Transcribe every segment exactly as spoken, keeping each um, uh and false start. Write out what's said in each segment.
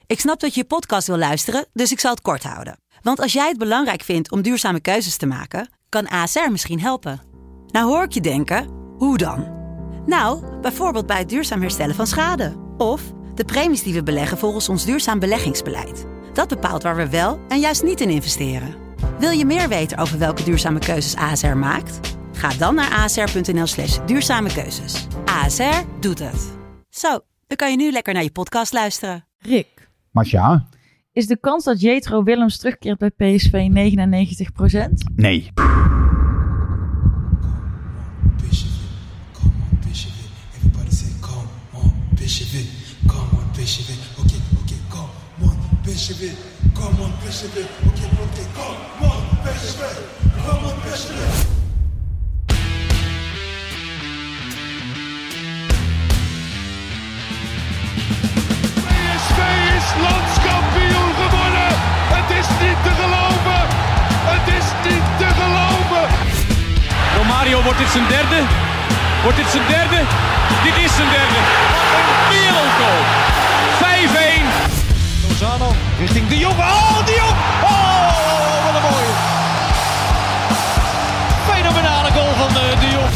Ik snap dat je je podcast wil luisteren, dus ik zal het kort houden. Want als jij het belangrijk vindt om duurzame keuzes te maken, kan A S R misschien helpen. Nou hoor ik je denken, hoe dan? Nou, bijvoorbeeld bij het duurzaam herstellen van schade. Of de premies die we beleggen volgens ons duurzaam beleggingsbeleid. Dat bepaalt waar we wel en juist niet in investeren. Wil je meer weten over welke duurzame keuzes A S R maakt? Ga dan naar asr.nl slash duurzame keuzes. A S R doet het. Zo, dan kan je nu lekker naar je podcast luisteren. Rick. Masja? Is de kans dat Jetro Willems terugkeert bij P S V negenennegentig procent? Nee. Landskampioen gewonnen! Het is niet te geloven! Het is niet te geloven! Romario, wordt dit zijn derde? Wordt dit zijn derde? Dit is zijn derde. Wat een wereldgoal! vijf-een. Lozano richting De Jong. Oh, De Jong! Oh, wat een mooie! Fenomenale goal van uh, De Jong.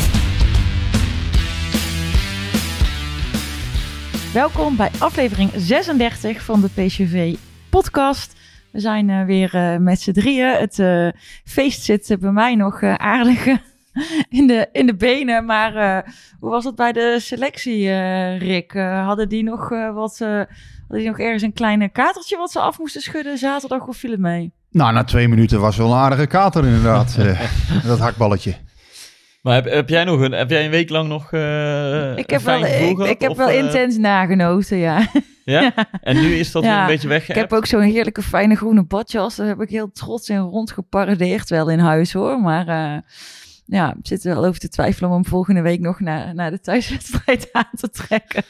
Welkom bij aflevering zesendertig van de P S V podcast. We zijn uh, weer uh, met z'n drieën. Het uh, feest zit uh, bij mij nog uh, aardig uh, in, de, in de benen. Maar uh, hoe was het bij de selectie, uh, Rick? Uh, hadden die nog uh, wat? Uh, hadden die nog ergens een klein katertje wat ze af moesten schudden zaterdag, of viel het mee? Nou, na twee minuten was wel een aardige kater inderdaad. uh, dat hakballetje. Maar heb, heb jij nog een, heb jij een week lang nog uh, ik heb fijn wel, gevoel ik, gehad? ik heb of, wel uh, intens nagenoten, ja. Ja? En nu is dat ja, weer een beetje weggeëpt? Ik heb ook zo'n heerlijke fijne groene badjas. Daar heb ik heel trots in rondgeparadeerd wel in huis hoor. Maar uh, ja, ik zit er wel over te twijfelen om hem volgende week nog naar, naar de thuiswedstrijd aan te trekken.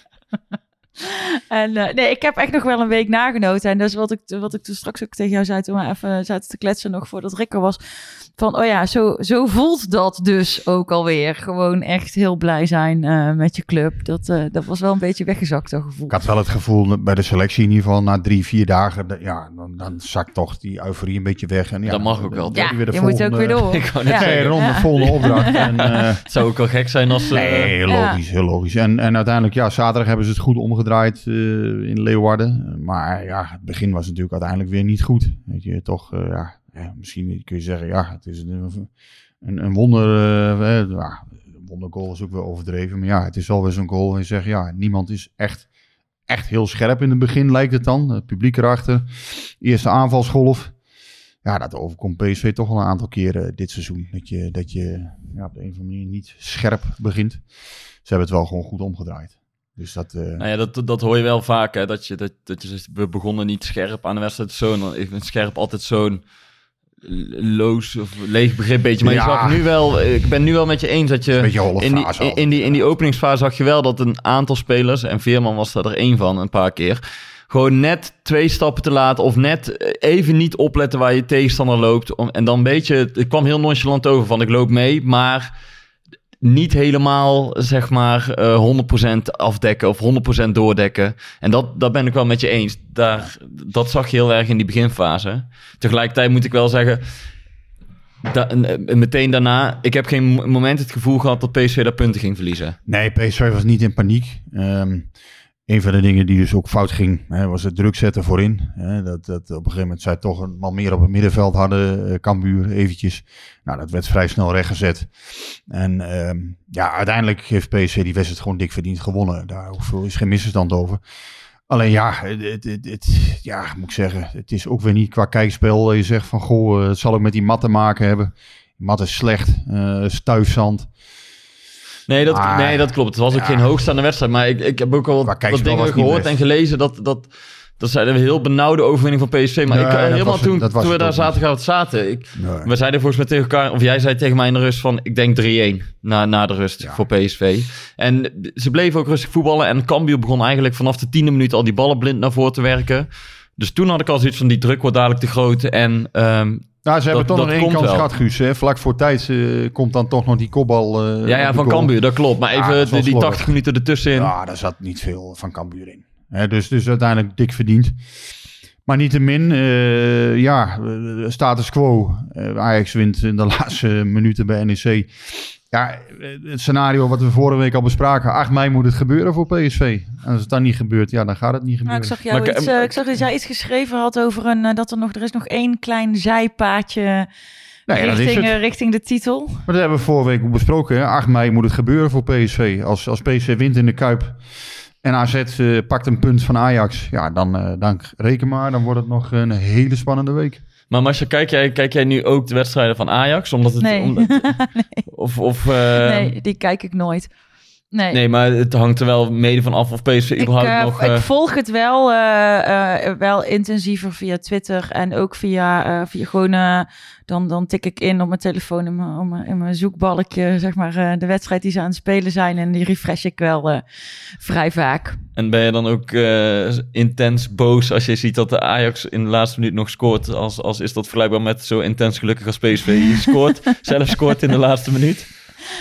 En uh, nee, ik heb echt nog wel een week nagenoten. En dat is wat ik, wat ik toen straks ook tegen jou zei toen we even zaten te kletsen nog voordat Rick er was. Van, oh ja, zo, zo voelt dat dus ook alweer. Gewoon echt heel blij zijn uh, met je club. Dat, uh, dat was wel een beetje weggezakt, dat gevoel. Ik had wel het gevoel bij de selectie in ieder geval na drie, vier dagen. De, ja, dan, dan zakt toch die euforie een beetje weg. En, ja, dat mag ook wel. Ja, weer de je volgende, moet ook weer door. Ik wou net ja. Nee, zeggen. rond de Ja. volgende opdracht. En, uh, Het zou ook wel gek zijn als... Uh, nee, heel logisch, heel logisch. En, en uiteindelijk, ja, zaterdag hebben ze het goed omgedraaid uh, in Leeuwarden. Maar ja, het begin was natuurlijk uiteindelijk weer niet goed. Weet je, toch, uh, ja, ja, misschien kun je zeggen, ja, het is een, een, een wonder... Uh, ja, een wondergoal is ook wel overdreven. Maar ja, het is alweer zo'n goal. En je zegt, ja, niemand is echt, echt heel scherp in het begin, lijkt het dan. Het publiek erachter. Eerste aanvalsgolf. Ja, dat overkomt P S V toch wel een aantal keren dit seizoen. Dat je, dat je ja, op de een of andere manier niet scherp begint. Ze hebben het wel gewoon goed omgedraaid. Dus dat, uh... nou ja, dat, dat hoor je wel vaak, hè, dat je, dat, dat je zegt, we begonnen niet scherp aan de wedstrijd. Zo'n, ik vind scherp altijd zo'n loos of leeg begrip beetje. Maar ja. je zag nu wel, ik ben nu wel met je eens dat je... In die, in, in, die, in die openingsfase zag je wel dat een aantal spelers, en Veerman was daar er één van een paar keer, gewoon net twee stappen te laten of net even niet opletten waar je tegenstander loopt. Om, en dan een beetje, het kwam heel nonchalant over van ik loop mee, maar niet helemaal, zeg maar, uh, honderd procent afdekken of honderd procent doordekken. En dat, dat ben ik wel met je eens. Daar, dat zag je heel erg in die beginfase. Tegelijkertijd moet ik wel zeggen, da, meteen daarna, ik heb geen moment het gevoel gehad dat P S V daar punten ging verliezen. Nee, P S V was niet in paniek. Um, een van de dingen die dus ook fout ging, hè, was het druk zetten voorin. Hè, dat, dat op een gegeven moment zij toch een man meer op het middenveld hadden, uh, Cambuur eventjes. Nou, dat werd vrij snel rechtgezet. En um, ja, uiteindelijk heeft P S V die wedstrijd gewoon dik verdiend gewonnen. Daar is geen misverstand over. Alleen ja, het, het, het, ja, moet ik zeggen, het is ook weer niet qua kijkspel. Dat je zegt van, goh, het zal ook met die mat te maken hebben. Die mat is slecht, uh, stuifzand. Nee dat, maar, nee, dat klopt. Het was ook ja. geen hoogstaande wedstrijd. Maar ik, ik heb ook al wat, wat dingen gehoord en gelezen dat... dat Dat zijn een heel benauwde overwinning van P S V. Maar nee, ik, helemaal was, toen, toen we daar zaterdagavond zaten. Ik, nee. We zeiden volgens mij tegen elkaar... Of jij zei tegen mij in de rust van... Ik denk drie-een na, na de rust ja. voor P S V. En ze bleven ook rustig voetballen. En Cambuur begon eigenlijk vanaf de tiende minuut... al die ballen blind naar voren te werken. Dus toen had ik al zoiets van... Die druk wordt dadelijk te groot. En... Um, Nou, ze hebben dat, toch nog één kans wel. gehad, Guus. Hè? Vlak voor tijd uh, komt dan toch nog die kopbal. Uh, ja, ja van Cambuur, dat klopt. Maar even ja, die, die tachtig minuten ertussenin. Ja, daar zat niet veel van Cambuur in. Hè, dus, dus uiteindelijk dik verdiend. Maar niettemin, uh, ja, status quo. Uh, Ajax wint in de laatste minuten bij N E C. Ja, het scenario wat we vorige week al bespraken. acht mei moet het gebeuren voor P S V. En als het dan niet gebeurt, ja, dan gaat het niet gebeuren. Nou, ik, zag jou maar, iets, uh, ik zag dat jij iets geschreven had over een, uh, dat er nog, er is nog één klein zijpaadje nee, richting, uh, richting de titel. Maar dat hebben we vorige week besproken. Hè? acht mei moet het gebeuren voor P S V. Als, als P S V wint in de Kuip en A Z uh, pakt een punt van Ajax, ja, dan, uh, dan reken maar, dan wordt het nog een hele spannende week. Maar Marcia, kijk jij, kijk jij nu ook de wedstrijden van Ajax? Omdat het, nee. Omdat, nee. Of, of, uh... nee, die kijk ik nooit. Nee. nee, maar het hangt er wel mede van af of P S V überhaupt ik, uh, nog... Uh... Ik volg het wel, uh, uh, wel intensiever via Twitter en ook via, uh, via gewoon... Uh, dan, dan tik ik in op mijn telefoon in mijn, op mijn, in mijn zoekbalkje, zeg maar, uh, de wedstrijd die ze aan het spelen zijn. En die refresh ik wel uh, vrij vaak. En ben je dan ook uh, intens boos als je ziet dat de Ajax in de laatste minuut nog scoort? Als, als is dat vergelijkbaar met zo intens gelukkig als P S V die scoort, zelf scoort in de laatste minuut?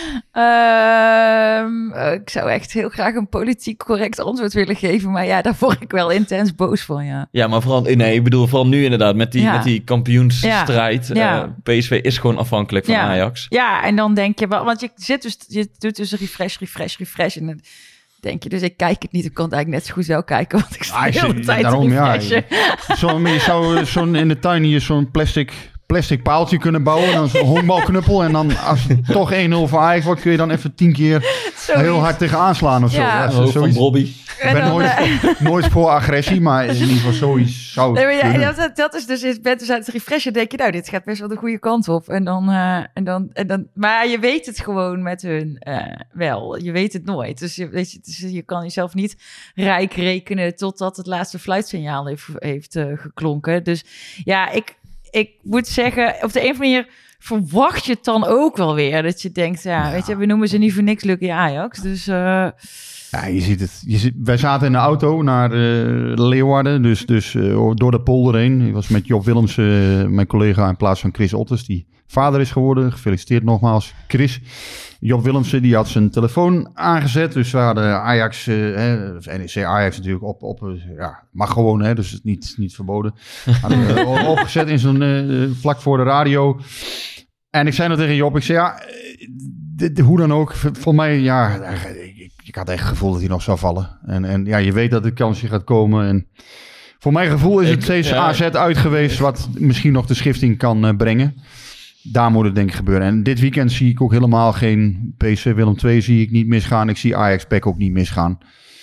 Um, ik zou echt heel graag een politiek correct antwoord willen geven. Maar ja, daar word ik wel intens boos van, ja. Ja, maar vooral, nee, ik bedoel vooral nu inderdaad met die, ja. met die kampioensstrijd. Ja. Ja. Uh, P S V is gewoon afhankelijk van ja. Ajax. Ja, en dan denk je, want je zit dus, je doet dus refresh, refresh, refresh. En dan denk je, dus ik kijk het niet. Ik kan het eigenlijk net zo goed zo kijken, want ik sta ah, de hele tijd daarom, te refreshen. Ja, zo, je zou zo'n in de tuin hier zo'n plastic... plastic paaltje kunnen bouwen. En dan zo'n honkbalknuppel. En dan als het toch één nul voor Ajax wordt, kun je dan even tien keer Sorry. heel hard tegen aanslaan of ja. zo. Ja, zo van Bobby. Ik ben nooit, uh, nooit voor agressie, maar in ieder geval zoiets zou nee, maar ja, dat, dat is dus, je bent dus aan het refreshen, denk je, nou, dit gaat best wel de goede kant op. En dan, uh, en dan, en dan, maar je weet het gewoon met hun uh, wel. Je weet het nooit. Dus je, weet je, dus je kan jezelf niet rijk rekenen totdat het laatste fluitsignaal heeft, heeft uh, geklonken. Dus ja, ik... Ik moet zeggen, op de een of andere manier verwacht je het dan ook wel weer. Dat je denkt, ja, ja. weet je, we noemen ze niet voor niks Lucky Ajax. Dus, uh... ja, je ziet het. Je ziet, wij zaten in de auto naar uh, Leeuwarden, dus, dus uh, door de polder heen. Ik was met Job Willems, uh, mijn collega, in plaats van Chris Otters, die vader is geworden. Gefeliciteerd nogmaals, Chris. Job Willemsen, die had zijn telefoon aangezet. Dus we hadden Ajax, uh, hè, N E C Ajax natuurlijk op, op uh, ja, mag gewoon, hè, dus het is niet, niet verboden. Hadden we uh, opgezet in zo'n uh, vlak voor de radio. En ik zei nog tegen Job, ik zei ja, de, de, hoe dan ook, voor mij, ja, ik, ik had echt het gevoel dat hij nog zou vallen. En, en ja, je weet dat de kansje gaat komen. En voor mijn gevoel is het ik, steeds ja, A Z uit geweest, wat misschien nog de schifting kan uh, brengen. Daar moet het denk ik gebeuren. En dit weekend zie ik ook helemaal geen P S V Willem twee zie ik niet misgaan. Ik zie Ajax P E C ook niet misgaan.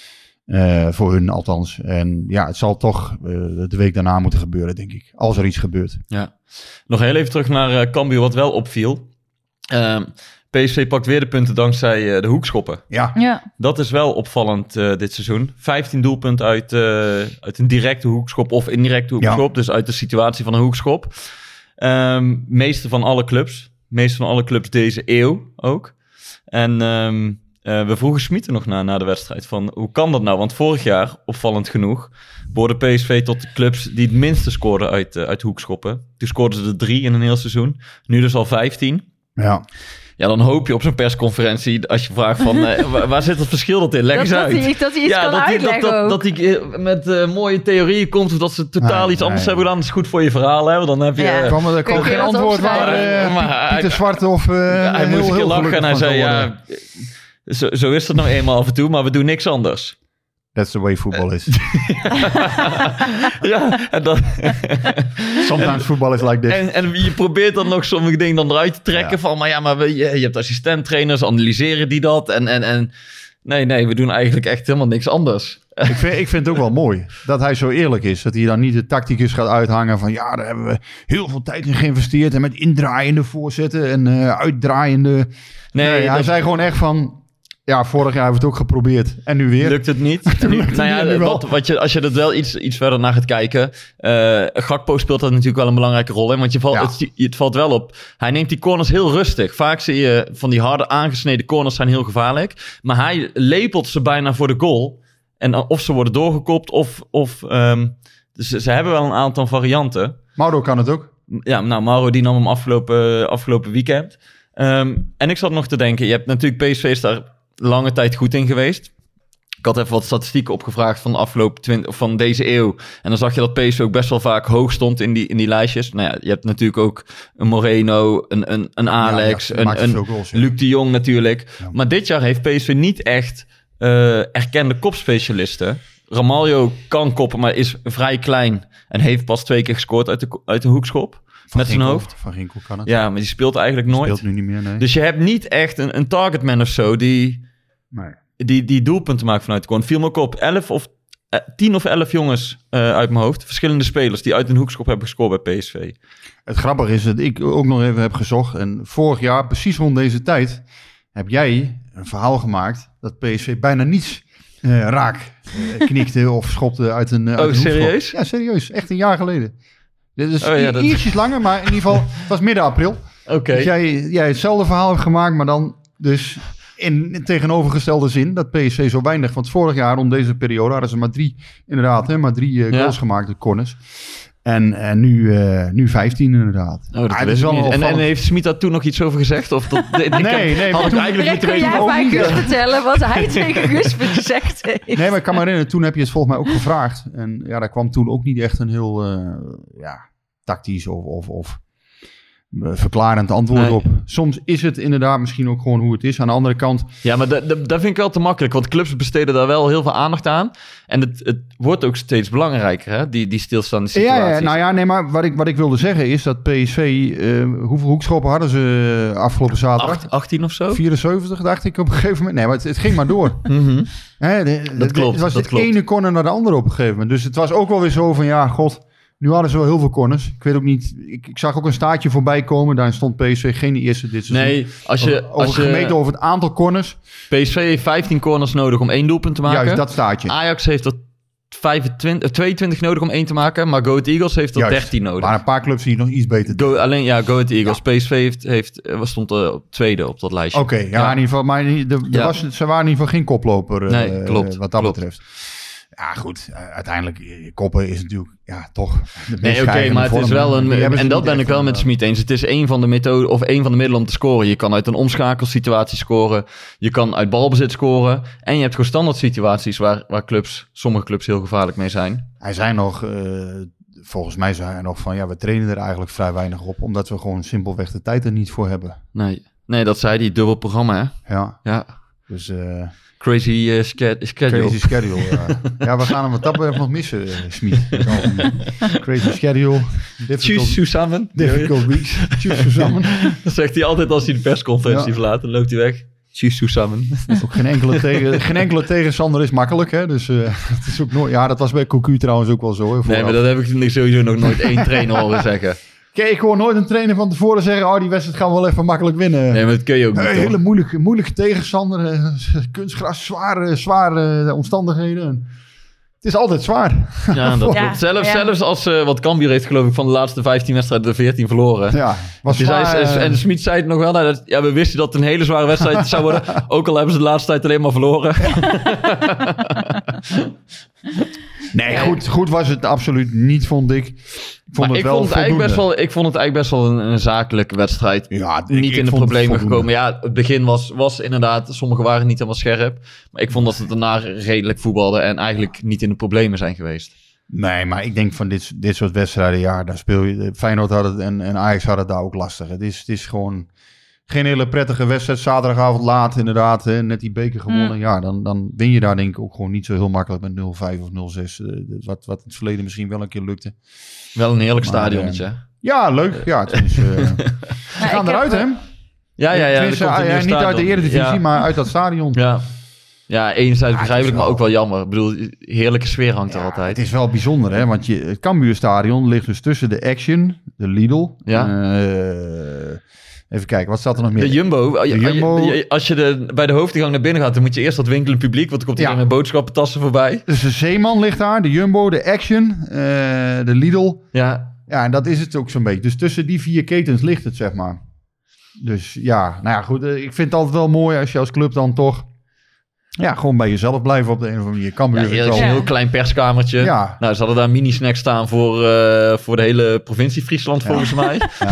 Uh, voor hun althans. En ja, het zal toch uh, de week daarna moeten gebeuren, denk ik. Als er iets gebeurt. Ja. Nog heel even terug naar uh, Cambuur, wat wel opviel. Uh, P S V pakt weer de punten dankzij uh, de hoekschoppen. Ja. ja. Dat is wel opvallend uh, dit seizoen. vijftien doelpunten uit, uh, uit een directe hoekschop of indirecte hoekschop. Ja. Dus uit de situatie van een hoekschop. Um, meeste van alle clubs. Meeste van alle clubs deze eeuw ook. En um, uh, we vroegen Smit er nog na, na de wedstrijd van hoe kan dat nou? Want vorig jaar, opvallend genoeg, behoorde P S V tot de clubs die het minste scoorden uit, uh, uit hoekschoppen. Toen scoorden ze er drie in een heel seizoen. Nu dus al vijftien. Ja. Ja, dan hoop je op zo'n persconferentie, als je vraagt van, uh, waar, waar zit het verschil dat in? Leg eens dat, uit. Dat hij, dat hij iets ja, kan dat uitleggen die, dat, dat, dat hij met uh, mooie theorieën komt, of dat ze totaal nee, iets anders nee. hebben gedaan. Dat is goed voor je verhaal, hè? Dan heb je... Ja. Uh, kwam er kwam geen antwoord waar uh, maar, Pieter Zwart of... Uh, ja, hij moest een keer lachen en hij zei, ja, zo, zo is het nou eenmaal af en toe, maar we doen niks anders. That's the way football is. ja, en dan... Sometimes football is like this. En, en je probeert dan nog sommige dingen dan eruit te trekken ja. van... maar ja, maar we, je, je hebt assistenttrainers, analyseren die dat? En, en, en nee, nee, we doen eigenlijk echt helemaal niks anders. ik, vind, ik vind het ook wel mooi dat hij zo eerlijk is. Dat hij dan niet de tacticus gaat uithangen van... ja, daar hebben we heel veel tijd in geïnvesteerd... en met indraaiende voorzetten en uh, uitdraaiende... Nee, nee hij dat... zei gewoon echt van... Ja, vorig jaar hebben we het ook geprobeerd. En nu weer. Lukt het niet? nu, lukt nou ja, nu wat, wat je, als je er wel iets, iets verder naar gaat kijken... Uh, Gakpo speelt dat natuurlijk wel een belangrijke rol. Hè? Want je valt, ja. het, het valt wel op. Hij neemt die corners heel rustig. Vaak zie je van die harde aangesneden corners zijn heel gevaarlijk. Maar hij lepelt ze bijna voor de goal. En of ze worden doorgekopt of... of um, dus ze hebben wel een aantal varianten. Mauro kan het ook. Ja, nou Mauro die nam hem afgelopen, afgelopen weekend. Um, en ik zat nog te denken... Je hebt natuurlijk P S V is daar... lange tijd goed in geweest. Ik had even wat statistieken opgevraagd van de afgelopen twintig, van deze eeuw. En dan zag je dat P S V ook best wel vaak hoog stond in die, in die lijstjes. Nou ja, je hebt natuurlijk ook een Moreno, een, een, een Alex, ja, ja, een, een goals, ja. Luc de Jong natuurlijk. Ja. Maar dit jaar heeft P S V niet echt uh, erkende kopspecialisten. Ramaljo kan koppen, maar is vrij klein. En heeft pas twee keer gescoord uit de, uit de hoekschop. Van met Ginkel, zijn hoofd. Van Ginkel kan het. Ja, maar die speelt eigenlijk nooit. Die speelt nu niet meer, nee. Dus je hebt niet echt een, een targetman of zo die... Nee. Die, die doelpunten maakt vanuit de corner. Viel me ook op. elf of eh, tien of elf jongens uh, uit mijn hoofd. Verschillende spelers die uit een hoekschop hebben gescoord bij P S V. Het grappige is dat ik ook nog even heb gezocht. En vorig jaar, precies rond deze tijd, heb jij een verhaal gemaakt dat P S V bijna niets uh, raak uh, knikte of schopte uit een, uh, uit oh, een serieus? hoekschop. Ja, serieus. Echt een jaar geleden. Dit is oh, ja, dat... ietsjes langer, maar in ieder geval, het was midden april. Oké. Okay. Dus jij, jij hetzelfde verhaal hebt gemaakt, maar dan dus... In tegenovergestelde zin dat P S V zo weinig... Want vorig jaar om deze periode hadden ze maar drie... Inderdaad, hè, maar drie uh, goals ja. gemaakt, de corners. En, en nu, uh, nu vijftien inderdaad. Oh, dat ah, is wel en, en heeft Smit daar toen nog iets over gezegd? Of dat, nee, nee. Had ik eigenlijk niet weten. Kun jij mij Gus vertellen wat hij tegen Gus gezegd heeft? Nee, maar ik kan me herinneren, toen heb je het volgens mij ook gevraagd. En ja, daar kwam toen ook niet echt een heel... Uh, ja, tactisch of... of, of verklarend antwoord nee. op. Soms is het inderdaad misschien ook gewoon hoe het is. Aan de andere kant... Ja, maar dat, dat, dat vind ik wel te makkelijk. Want clubs besteden daar wel heel veel aandacht aan. En het, het wordt ook steeds belangrijker, hè? Die, die stilstaande situaties. Ja, ja, nou ja, nee, maar wat ik, wat ik wilde zeggen is dat P S V... Uh, hoeveel hoekschoppen hadden ze afgelopen zaterdag? Acht, achttien of zo? vierenzeventig, dacht ik op een gegeven moment. Nee, maar het, het ging maar door. mm-hmm. Hè, de, dat de, klopt, Het was dat de klopt. ene corner naar de andere op een gegeven moment. Dus het was ook wel weer zo van, ja, god... Nu hadden ze wel heel veel corners. Ik weet ook niet... Ik, ik zag ook een staartje voorbij komen. Daar stond P S V geen eerste dit seizoen. Nee, als je... Over, als je, gemeten over het aantal corners. P S V heeft vijftien corners nodig om één doelpunt te maken. Juist, dat staartje. Ajax heeft er vijfentwintig, tweeëntwintig nodig om één te maken. Maar Go Ahead Eagles heeft er Juist, dertien nodig. Maar een paar clubs die nog iets beter doen. Go, alleen, ja, Go Ahead Eagles. Ja. P S V heeft, heeft, stond er op tweede op dat lijstje. Oké, okay, ja, ja, in ieder geval... Maar de, de ja. was, ze waren in ieder geval geen koploper. Nee, uh, klopt. Wat dat klopt. betreft. Ja, goed. Uh, uiteindelijk, koppen is natuurlijk ja, toch de Nee, oké, okay, maar het is wel een... En dat ben ik wel met Smit eens. Het is een van de methoden of een van de middelen om te scoren. Je kan uit een omschakelsituatie scoren. Je kan uit balbezit scoren. En je hebt gewoon standaard situaties waar, waar clubs, sommige clubs heel gevaarlijk mee zijn. Hij zei nog, uh, volgens mij zei hij nog van... Ja, we trainen er eigenlijk vrij weinig op. Omdat we gewoon simpelweg de tijd er niet voor hebben. Nee, nee dat zei hij. Dubbel programma, hè? Ja. Ja. Dus... Uh, Crazy uh, ske- schedule. Crazy schedule, ja. Ja, we gaan hem wat dat betreft nog missen, uh, Smit. Crazy schedule. Choose zusammen. Difficult weeks. Choose zusammen. Dat zegt hij altijd als hij de persconferentie ja. verlaat. Dan loopt hij weg. Choose zusammen. Ook geen enkele, tegen, geen enkele tegenstander is makkelijk, hè. Dus uh, het is ook nooit... Ja, dat was bij Cocu trouwens ook wel zo. Hè, nee, maar dat heb ik sowieso nog nooit één trainer horen zeggen. Kijk, ik hoor nooit een trainer van tevoren zeggen... oh, die wedstrijd gaan we wel even makkelijk winnen. Nee, maar dat kun je ook niet. Een hele moeilijke, moeilijke tegenstander. Uh, kunstgras, zware, zware uh, omstandigheden. Het is altijd zwaar. Ja, dat ja, zelfs, ja. zelfs als... Uh, wat Cambuur heeft geloof ik van de laatste vijftien wedstrijden de veertien verloren. Ja, was zwaar, zei, uh, en Smit zei het nog wel. Dat, ja, we wisten dat het een hele zware wedstrijd zou worden. Ook al hebben ze de laatste tijd alleen maar verloren. Ja. Nee, goed, goed was het absoluut niet, vond ik. Ik vond, het ik, wel vond het eigenlijk best wel, ik vond het eigenlijk best wel een, een zakelijke wedstrijd. Ja, niet ik, in ik de problemen gekomen. Ja, het begin was, was inderdaad... Sommigen waren niet helemaal scherp. Maar ik vond dat het daarna redelijk voetbalde... en eigenlijk niet in de problemen zijn geweest. Nee, maar ik denk van dit, dit soort wedstrijden... ja, daar speel je... Feyenoord had het en, en Ajax hadden het daar ook lastig. Het is, het is gewoon... Geen hele prettige wedstrijd. Zaterdagavond laat inderdaad. Hè, net die beker gewonnen. Mm. Ja, dan, dan win je daar denk ik ook gewoon niet zo heel makkelijk met nul vijf of nul zes. Uh, wat, wat in het verleden misschien wel een keer lukte. Wel een heerlijk stadionnetje. Uh, ja, leuk. Ja, het is, uh, ze gaan eruit, hè? Ja, ja, ja. Tenminste, uh, ja niet uit de Eredivisie, ja. maar uit dat stadion. Ja, ja enerzijds ja, begrijpelijk, wel... maar ook wel jammer. Ik bedoel, heerlijke sfeer hangt ja, er altijd. Het is wel bijzonder, hè? Want je, het Cambuurstadion ligt dus tussen de Action, de Lidl... Ja. Uh, Even kijken, wat staat er nog meer? De Jumbo. De Jumbo. Als je de, bij de hoofdingang naar binnen gaat, dan moet je eerst wat winkelen publiek, want er komt iedereen ja. met boodschappentassen voorbij. Dus de Zeeman ligt daar, de Jumbo, de Action, uh, de Lidl. Ja. Ja, en dat is het ook zo'n beetje. Dus tussen die vier ketens ligt het, zeg maar. Dus ja, nou ja, goed. Uh, ik vind het altijd wel mooi als je als club dan toch Ja, gewoon bij jezelf blijven op de een of andere manier. Cambuur Ja, eerlijk, een heel klein perskamertje. Ja. Nou, ze hadden daar mini-snacks staan voor, uh, voor de hele provincie Friesland, volgens ja. mij. Ja.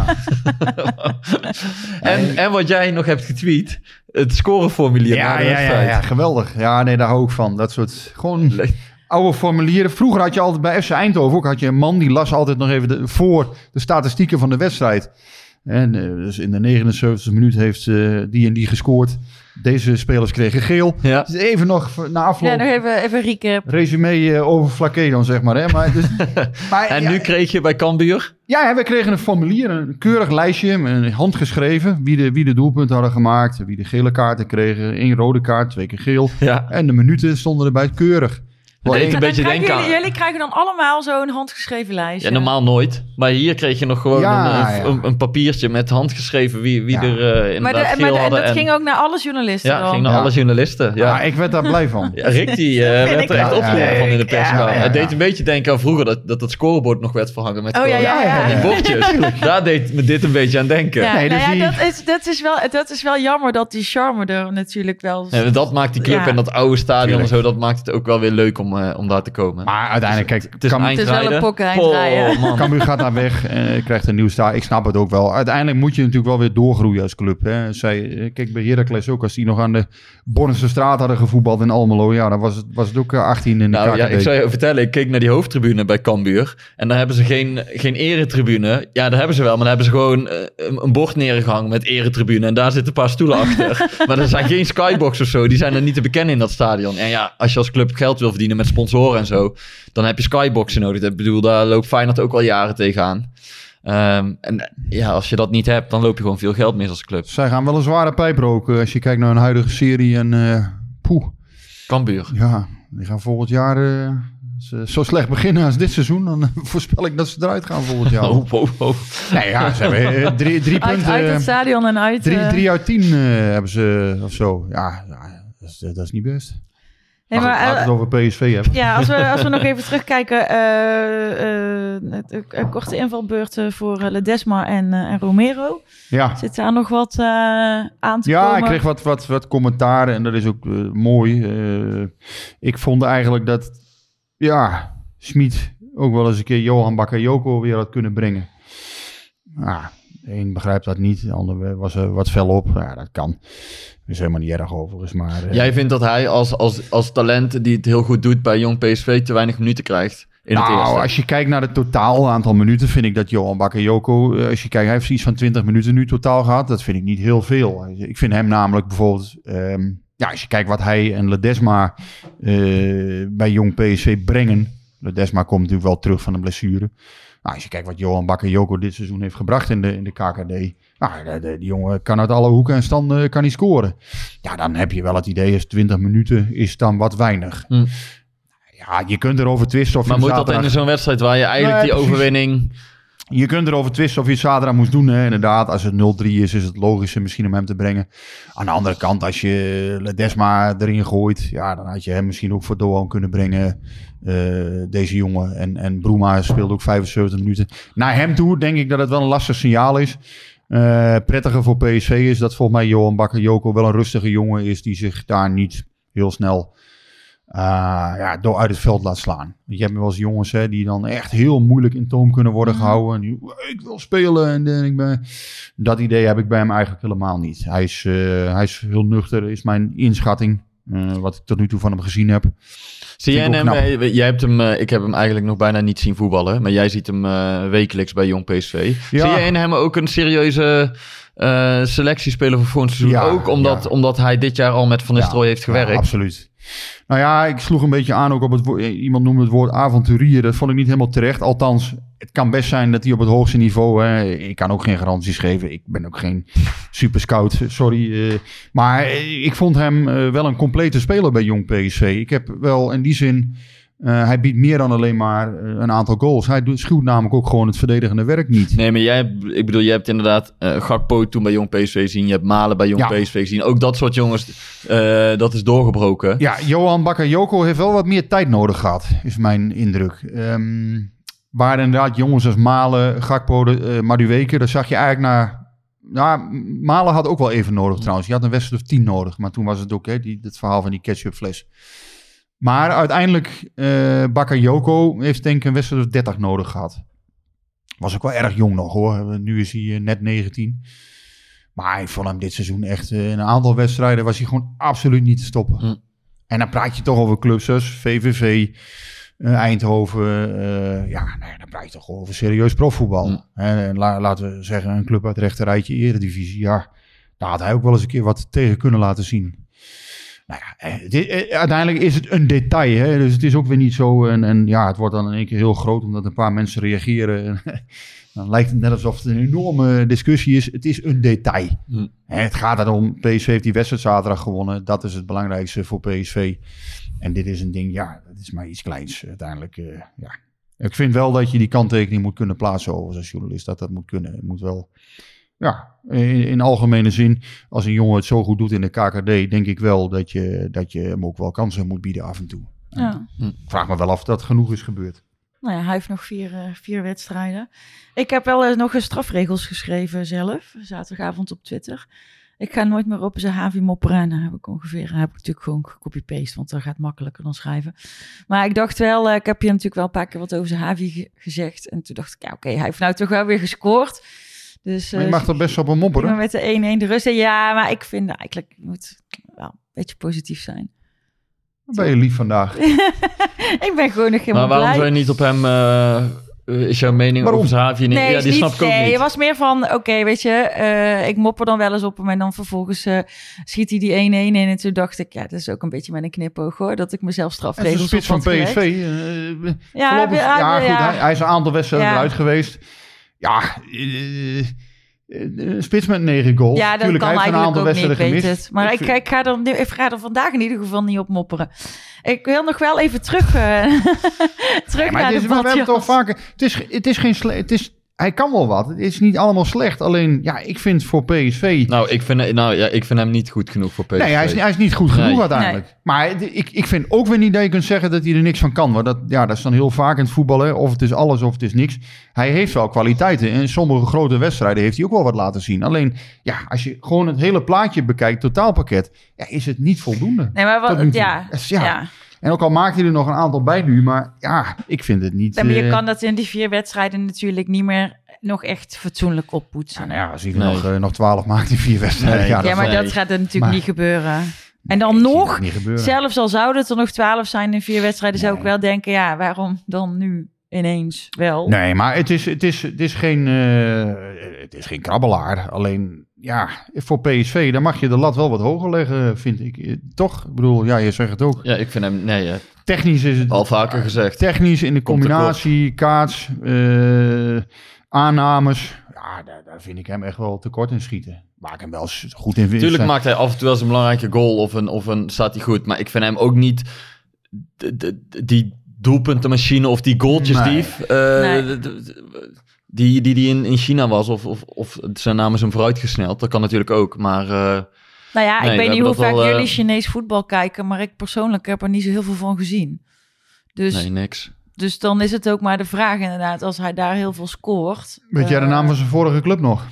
en, en wat jij nog hebt getweet, het scoreformulier. Ja, ja, ja, ja, geweldig. Ja, nee, daar hou ik van. Dat soort gewoon Le- oude formulieren. Vroeger had je altijd bij F C Eindhoven ook had je een man die las altijd nog even de, voor de statistieken van de wedstrijd. En uh, dus in de negenenzeventigste minuut heeft uh, die en die gescoord. Deze spelers kregen geel. Ja. Dus even nog na afloop. Ja, nog even, even recap. Resume uh, over Flaké dan, zeg maar. Hè? maar, dus, maar en ja, nu kreeg je bij Cambuur? Ja, we kregen een formulier, een keurig lijstje, een handgeschreven. Wie de, wie de doelpunten hadden gemaakt, wie de gele kaarten kregen. één rode kaart, twee keer geel. Ja. En de minuten stonden erbij keurig. Deed een beetje denken jullie, jullie krijgen dan allemaal zo'n handgeschreven lijstje. Ja, normaal nooit. Maar hier kreeg je nog gewoon ja, een, ja. Een, een papiertje met handgeschreven wie, wie ja. er uh, inderdaad maar de, geel maar hadden. En dat en... ging ook naar alle journalisten Ja, dan. ging naar ja. alle journalisten. Ja. ja, ik werd daar blij van. Ja, Rick die uh, werd er echt opgewonden ja, van in de perskamer. Ja, ja, ja. Het deed een beetje denken aan vroeger dat, dat het scorebord nog werd verhangen met oh, ja, ja, ja, ja. die bordjes. Daar deed me dit een beetje aan denken. Ja, nee, dus nou ja, die... dat, is, dat, is wel, dat is wel jammer dat die charme er natuurlijk wel... Ja, dat maakt die club ja. en dat oude stadion en zo, dat maakt het ook wel weer leuk om, uh, om daar te komen. Maar uiteindelijk, kijk, het is, Cam- het is wel een pokken eindrijden. Oh, Cambuur gaat daar weg en krijgt een nieuw stadion. Ik snap het ook wel. Uiteindelijk moet je natuurlijk wel weer doorgroeien als club. Hè. Zij, kijk, bij Heracles ook, als die nog aan de Bornse straat hadden gevoetbald in Almelo, ja, dan was het, was het ook achttien in de nou, K K D. Ja, ik zou je vertellen, ik keek naar die hoofdtribune bij Cambuur en daar hebben ze geen, geen eretribune. Ja, daar hebben ze wel, maar daar hebben ze gewoon een, een bord neergehangen met eretribune en daar zitten een paar stoelen achter. Maar er zijn geen skybox of zo, die zijn er niet te bekennen in dat stadion. En ja, als je als club geld wil verdienen met sponsoren en zo, dan heb je skyboxen nodig. Ik bedoel, daar loopt Feyenoord ook al jaren tegenaan. Um, en ja, als je dat niet hebt, dan loop je gewoon veel geld mis als club. Zij gaan wel een zware pijp roken als je kijkt naar hun huidige serie en uh, poeh. Cambuur. Ja, die gaan volgend jaar uh, ze zo slecht beginnen als dit seizoen. Dan uh, voorspel ik dat ze eruit gaan volgend jaar. Oh, oh, oh. Nee, ja, ze hebben uh, drie, drie uit, punten. Uit het stadion en uit... Drie, uh... drie uit tien uh, hebben ze of zo. Ja, ja dat, is, dat is niet best. Nee, maar, laten we het over P S V hebben. Ja, als we, als we nog even terugkijken. Uh, uh, een korte invalbeurt voor uh, Ledesma en, uh, en Romero. Ja. Zit daar nog wat uh, aan te ja, komen? Ja, ik kreeg wat, wat, wat commentaren en dat is ook uh, mooi. Uh, ik vond eigenlijk dat, ja, Schmid ook wel eens een keer Johan Bakayoko weer had kunnen brengen. Ah, de een begrijpt dat niet, de ander was er wat fel op. Ja, dat kan. Dat is helemaal niet erg overigens. Maar, uh, jij vindt dat hij als, als, als talent die het heel goed doet bij Jong P S V te weinig minuten krijgt in nou, het eerste? Als je kijkt naar het totaal aantal minuten, vind ik dat Johan Bakayoko, uh, als je kijkt, hij heeft iets van twintig minuten nu totaal gehad. Dat vind ik niet heel veel. Ik vind hem namelijk bijvoorbeeld, um, ja, als je kijkt wat hij en Ledesma uh, bij Jong P S V brengen. Ledesma komt natuurlijk wel terug van een blessure. Nou, als je kijkt wat Johan Bakayoko dit seizoen heeft gebracht in de, in de K K D. Nou, de, de, die jongen kan uit alle hoeken en standen kan hij scoren. Ja, dan heb je wel het idee, is twintig minuten is dan wat weinig. Hm. Ja, je kunt erover twisten. Of maar je moet zaterdag... dat in zo'n wedstrijd waar je eigenlijk nee, die precies. overwinning... Je kunt erover twisten of je het zaterdag moest doen. Hè. Inderdaad, als het nul drie is, is het logischer misschien om hem te brengen. Aan de andere kant, als je Ledesma erin gooit, ja, dan had je hem misschien ook voor Doan kunnen brengen. Uh, deze jongen. En, en Bruma speelde ook vijfenzeventig minuten. Naar hem toe denk ik dat het wel een lastig signaal is. Uh, prettiger voor P S V is dat volgens mij Johan Bakayoko wel een rustige jongen is die zich daar niet heel snel uh, ja, door uit het veld laat slaan. Je hebt wel eens jongens hè, die dan echt heel moeilijk in toom kunnen worden gehouden. En die, ik wil spelen. En, en ik ben... Dat idee heb ik bij hem eigenlijk helemaal niet. Hij is, uh, hij is heel nuchter, is mijn inschatting. Uh, wat ik tot nu toe van hem gezien heb. Zie jij hem, jij hebt hem, uh, ik heb hem eigenlijk nog bijna niet zien voetballen, maar jij ziet hem uh, wekelijks bij Jong P S V. Ja. Zie jij in hem ook een serieuze uh, selectiespeler voor volgend seizoen? Ja, ook omdat, ja. omdat hij dit jaar al met Van Nistelrooy ja, heeft gewerkt? Ja, absoluut. Nou ja, ik sloeg een beetje aan ook op het woord, iemand noemde het woord avonturier. Dat vond ik niet helemaal terecht. Althans, het kan best zijn dat hij op het hoogste niveau, hè, ik kan ook geen garanties geven. Ik ben ook geen super scout, sorry. Uh, maar ik vond hem uh, wel een complete speler bij Jong P S V. Ik heb wel in die zin, uh, hij biedt meer dan alleen maar uh, een aantal goals. Hij doet, schuwt namelijk ook gewoon het verdedigende werk niet. Nee, maar jij hebt, ik bedoel, je hebt inderdaad uh, Gakpo toen bij Jong P S V gezien. Je hebt Malen bij Jong ja. P S V gezien. Ook dat soort jongens, uh, dat is doorgebroken. Ja, Johan Bakayoko heeft wel wat meer tijd nodig gehad, is mijn indruk. Um, waar inderdaad jongens als Malen, Gakpo, uh, Madueke, daar zag je eigenlijk na Nou, Malen had ook wel even nodig trouwens. Je had een wedstrijd of tien nodig. Maar toen was het ook hè, die, het verhaal van die ketchupfles. Maar uiteindelijk, uh, Bakayoko heeft denk ik een wedstrijd of dertig nodig gehad. Was ook wel erg jong nog hoor. Nu is hij uh, net negentien. Maar ik vond hem dit seizoen echt... Uh, in een aantal wedstrijden was hij gewoon absoluut niet te stoppen. Hm. En dan praat je toch over clubs als V V V... Uh, Eindhoven, uh, ja, nee, dan praat je toch gewoon over serieus profvoetbal. Mm. En la, laten we zeggen, een club uit het rechterrijtje Eredivisie, ja, daar had hij ook wel eens een keer wat tegen kunnen laten zien. Nou ja, het is, uiteindelijk is het een detail, hè? Dus het is ook weer niet zo, en, en ja, het wordt dan in één keer heel groot omdat een paar mensen reageren. Dan lijkt het net alsof het een enorme discussie is. Het is een detail. Mm. En het gaat erom, P S V heeft die wedstrijd zaterdag gewonnen. Dat is het belangrijkste voor P S V. En dit is een ding, ja, het is maar iets kleins uiteindelijk. Uh, ja. Ik vind wel dat je die kanttekening moet kunnen plaatsen over als journalist. Dat dat moet kunnen. Het moet wel, ja, in, in algemene zin, als een jongen het zo goed doet in de K K D, denk ik wel dat je, dat je hem ook wel kansen moet bieden af en toe. Ja. En ik vraag me wel af of dat genoeg is gebeurd. Nou ja, hij heeft nog vier, uh, vier wedstrijden. Ik heb wel uh, nog eens strafregels geschreven zelf, zaterdagavond op Twitter. Ik ga nooit meer op zijn Havi mopperen. En dan heb ik ongeveer, heb ik natuurlijk gewoon gecopy-paste, want dat gaat makkelijker dan schrijven. Maar ik dacht wel, uh, ik heb je natuurlijk wel een paar keer wat over zijn Havi ge- gezegd. En toen dacht ik, ja oké, okay, hij heeft nou toch wel weer gescoord. Dus, uh, maar je mag er best op een mopperen. Met de één-één de rust. Ja, maar ik vind eigenlijk, je moet wel een beetje positief zijn. Dan ben je lief vandaag. Ik ben gewoon nog helemaal Maar waarom blij. zou je niet op hem... Uh... Is jouw mening waarom? Over zijn Havi? Nee, ja, die niet, snap ik ook nee, niet. Het was meer van, oké, okay, weet je, uh, ik mopper dan wel eens op hem en dan vervolgens uh, schiet hij die één-één in. En toen dacht ik, ja, dat is ook een beetje met een knipoog hoor, dat ik mezelf strafregels op had gelegd. Hij is een spits van P S V. Uh, ja, ja, ja, ja, goed, hij, hij is een aantal wedstrijden ja. eruit geweest. Ja, uh, uh, spits met negen goals. Ja, dat Tuurlijk, kan hij heeft eigenlijk een aantal ook niet, wedstrijden ik gemist. weet het. Maar ik, ik, ik, ga er, nu, ik ga er vandaag in ieder geval niet op mopperen. Ik wil nog wel even terug, uh, terug ja, maar naar het is, de we hebben het al vaker. Het is, het is geen sle- het is, hij kan wel wat. Het is niet allemaal slecht. Alleen, ja, ik vind voor P S V... Nou, ik vind, nou, ja, ik vind hem niet goed genoeg voor P S V. Nee, hij is, hij is niet goed genoeg nee. uiteindelijk. Nee. Maar ik, ik vind ook weer niet dat je kunt zeggen dat hij er niks van kan. Want dat, ja, dat is dan heel vaak in het voetballen. Of het is alles of het is niks. Hij heeft wel kwaliteiten. En in sommige grote wedstrijden heeft hij ook wel wat laten zien. Alleen, ja, als je gewoon het hele plaatje bekijkt, totaalpakket, ja, is het niet voldoende. Nee, maar wat, ja, dus, ja. ja. En ook al maakt hij er nog een aantal bij nu, maar ja, ik vind het niet... Nee, maar je uh, kan dat in die vier wedstrijden natuurlijk niet meer nog echt fatsoenlijk oppoetsen. Ja, nou ja, als hij nee. nog, uh, nog twaalf maakt in vier wedstrijden. Nee. Ja, ja, maar nee. dat gaat er natuurlijk maar, niet gebeuren. En dan nee, nog, niet zelfs al zouden het er nog twaalf zijn in vier wedstrijden, nee. zou ik wel denken, ja, waarom dan nu ineens wel? Nee, maar het is, het is, het is, geen, uh, het is geen krabbelaar. Alleen, ja, voor P S V, dan mag je de lat wel wat hoger leggen, vind ik. Toch? Ik bedoel, ja, je zegt het ook. Ja, ik vind hem, nee, ja. Technisch is het... Al vaker gezegd. Technisch in de combinatie, kaats, uh, aannames. Ja, daar, daar vind ik hem echt wel tekort in schieten. Waar ik hem wel goed in vind. Tuurlijk maakt hij af en toe wel eens een belangrijke goal of een, of een staat hij goed. Maar ik vind hem ook niet de, de, de, die doelpuntenmachine of die goaltjesdief. Nee. Uh, nee. De, de, de, die die, die in, in China was of, of, of zijn naam is hem vooruitgesneld. Dat kan natuurlijk ook, maar... Uh, nou ja, nee, ik weet niet hoe vaak wel, uh, jullie Chinees voetbal kijken, maar ik persoonlijk heb er niet zo heel veel van gezien. Dus, nee, niks. Dus dan is het ook maar de vraag inderdaad, als hij daar heel veel scoort. Weet uh, jij de naam van zijn vorige club nog?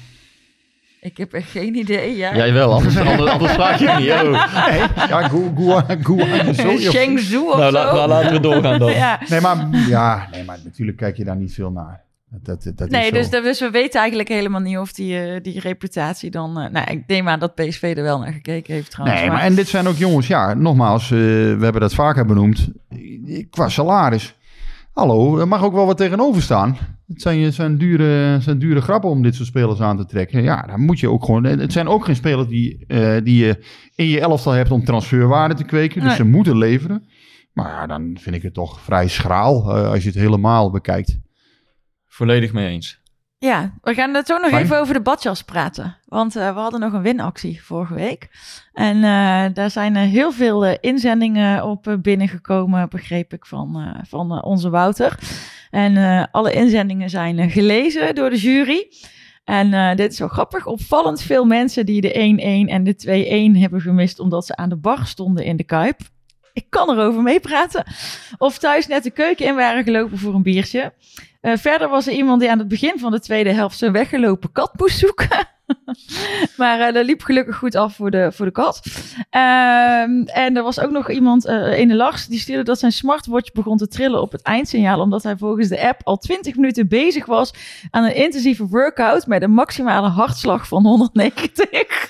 Ik heb echt geen idee, ja. Jij wel, anders, anders, anders vraag je niet. Oh. Nee, ja, Guangzhou. Shenzhou of nou, zo. La, la, laten we doorgaan dan. ja. Nee, maar, ja, nee, maar natuurlijk kijk je daar niet veel naar. Dat, dat, dat nee, dus, zo. dus we weten eigenlijk helemaal niet of die, uh, die reputatie dan... Uh, nou, ik neem aan dat P S V er wel naar gekeken heeft trouwens. Nee, maar, maar en dit zijn ook jongens, ja, nogmaals, uh, we hebben dat vaker benoemd. Qua salaris. Hallo, er mag ook wel wat tegenover staan. Het zijn, het zijn, dure, het zijn dure grappen om dit soort spelers aan te trekken. Ja, dan moet je ook gewoon... Het zijn ook geen spelers die, uh, die je in je elftal hebt om transferwaarde te kweken. Dus nee. Ze moeten leveren. Maar ja, dan vind ik het toch vrij schraal uh, als je het helemaal bekijkt. Volledig mee eens. Ja, we gaan er zo nog Fijn. even over de badjas praten. Want uh, we hadden nog een winactie vorige week. En uh, daar zijn uh, heel veel uh, inzendingen op uh, binnengekomen, begreep ik, van, uh, van uh, onze Wouter. En uh, alle inzendingen zijn uh, gelezen door de jury. En uh, dit is wel grappig. Opvallend veel mensen die de één-één en de twee-één hebben gemist omdat ze aan de bar stonden in de Kuip. Ik kan erover meepraten. Of thuis net de keuken in waren gelopen voor een biertje. Uh, verder was er iemand die aan het begin van de tweede helft zijn weggelopen kat moest zoeken. maar uh, dat liep gelukkig goed af voor de, voor de kat. Um, en er was ook nog iemand, uh, Ene Lars, die stuurde dat zijn smartwatch begon te trillen op het eindsignaal, omdat hij volgens de app al twintig minuten bezig was aan een intensieve workout met een maximale hartslag van honderdnegentig.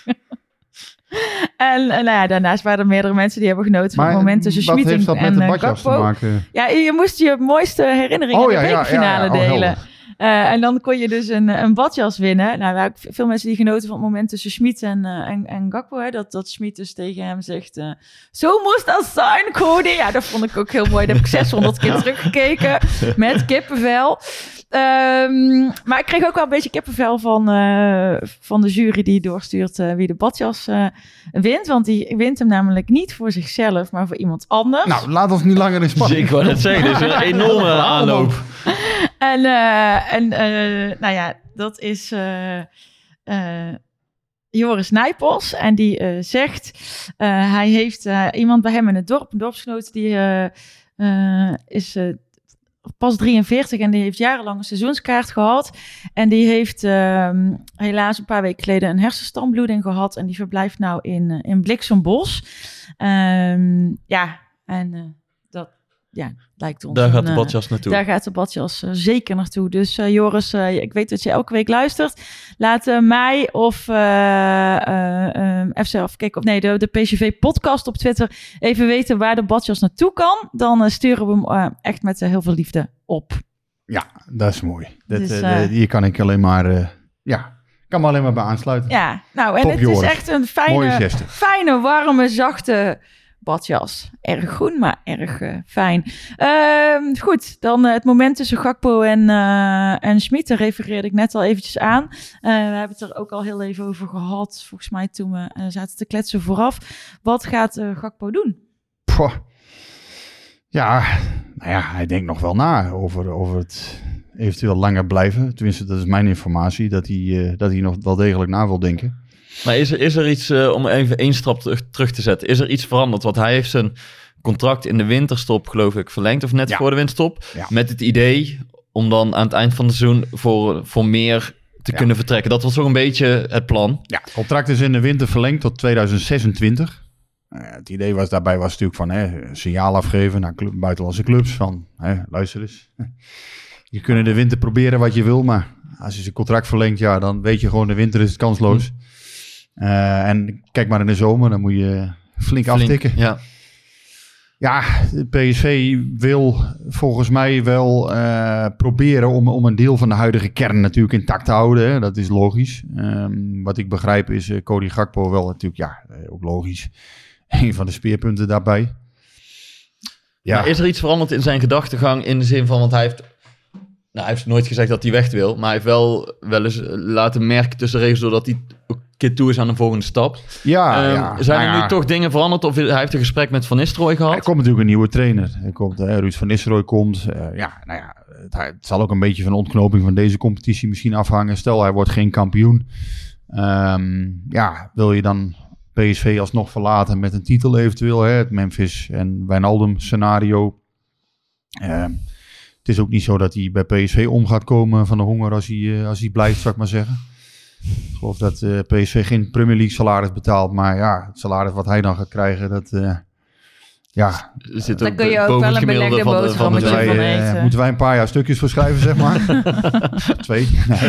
En, en nou ja, daarnaast waren er meerdere mensen die hebben genoten van het moment tussen Schmid en Gakpo. Wat heeft dat met de badjas te maken? Ja, je moest je mooiste herinneringen oh, in de ja, bekerfinale ja, ja, ja. Oh, delen. Uh, en dan kon je dus een, een badjas winnen. Nou, we hebben veel mensen die genoten van het moment tussen Schmid en, uh, en, en Gakpo. Hè, dat, dat Schmid dus tegen hem zegt, uh, zo moest dat zijn, Cody. Ja, dat vond ik ook heel mooi. Dat heb ik zeshonderd keer teruggekeken met kippenvel. Um, maar ik kreeg ook wel een beetje kippenvel van, uh, van de jury die doorstuurt uh, wie de badjas uh, wint. Want die wint hem namelijk niet voor zichzelf, maar voor iemand anders. Nou, laat ons niet langer in spanning. Ik wou net zeggen, dit is een enorme aanloop. En, uh, en uh, nou ja, dat is uh, uh, Joris Nijpels. En die uh, zegt, uh, hij heeft uh, iemand bij hem in het dorp, een dorpsgenoot, die uh, uh, is... Uh, pas drieënveertig en die heeft jarenlang een seizoenskaart gehad. En die heeft uh, helaas een paar weken geleden een hersenstammbloeding gehad. En die verblijft nou in, uh, in Bliksembos. Um, ja, en uh, dat ja, lijkt ons... Daar een, gaat de badjas naartoe. Daar gaat de badjas uh, zeker naartoe. Dus uh, Joris, uh, ik weet dat je elke week luistert. Laat uh, mij of uh, uh, um, F C Afkik, of nee, de, de P C V-podcast op Twitter even weten waar de badjas naartoe kan. Dan uh, sturen we hem uh, echt met uh, heel veel liefde op. Ja, dat is mooi. Dat, Dus, uh, uh, hier kan ik alleen maar... Uh, ja, kan me alleen maar bij aansluiten. Ja, nou, en Top, het Joris. is echt een fijne, fijne, warme, zachte badjas. Erg groen, maar erg uh, fijn. Uh, goed, dan uh, het moment tussen Gakpo en, uh, en Schmid. Daar refereerde ik net al eventjes aan. Uh, we hebben het er ook al heel even over gehad. Volgens mij toen we uh, zaten te kletsen vooraf. Wat gaat uh, Gakpo doen? Poh. Ja, nou ja, hij denkt nog wel na over, over het eventueel langer blijven. Tenminste, dat is mijn informatie, dat hij, uh, dat hij nog wel degelijk na wil denken. Maar is er, is er iets, uh, om even één stap terug, terug te zetten, is er iets veranderd? Want hij heeft zijn contract in de winterstop, geloof ik, verlengd, of net ja. voor de winterstop. Ja. Met het idee om dan aan het eind van het seizoen voor, voor meer te ja. kunnen vertrekken. Dat was toch een beetje het plan? Ja, het contract is in de winter verlengd tot tweeduizend zesentwintig. Uh, het idee was daarbij was natuurlijk van hè, een signaal afgeven naar club, buitenlandse clubs. Van, hè, luister eens, je kunt in de winter proberen wat je wil, maar als je zijn contract verlengt, ja, dan weet je gewoon de winter is het kansloos. Hm. Uh, en kijk maar in de zomer, dan moet je flink, flink aftikken. Ja. Ja, de P S V wil volgens mij wel uh, proberen om, om een deel van de huidige kern natuurlijk intact te houden. Hè. Dat is logisch. Um, wat ik begrijp is uh, Cody Gakpo wel natuurlijk, ja, uh, ook logisch. Een van de speerpunten daarbij. Ja. Maar is er iets veranderd in zijn gedachtegang in de zin van, want hij heeft... Nou, hij heeft nooit gezegd dat hij weg wil, maar hij heeft wel wel eens laten merken tussen regels doordat hij een keer toe is aan een volgende stap. Ja, um, ja. Zijn nou er nu ja. toch dingen veranderd of hij heeft een gesprek met Van Nistelrooy gehad? Er komt natuurlijk een nieuwe trainer. Er komt, uh, Ruud van Nistelrooy komt. Uh, ja, nou ja, het, het zal ook een beetje van de ontknoping van deze competitie misschien afhangen. Stel, hij wordt geen kampioen. Um, ja, wil je dan P S V alsnog verlaten met een titel eventueel? Hè? Het Memphis en Wijnaldum scenario. Um, Het is ook niet zo dat hij bij P S V om gaat komen van de honger als hij, uh, als hij blijft, zou ik maar zeggen. Ik geloof dat uh, P S V geen Premier League salaris betaalt. Maar ja, het salaris wat hij dan gaat krijgen, dat... Uh, ja, zit dan kun je ook wel een belegde boterhammetje van, van eten. Uh, moeten wij een paar jaar stukjes voor schrijven, zeg maar? Twee? Nee.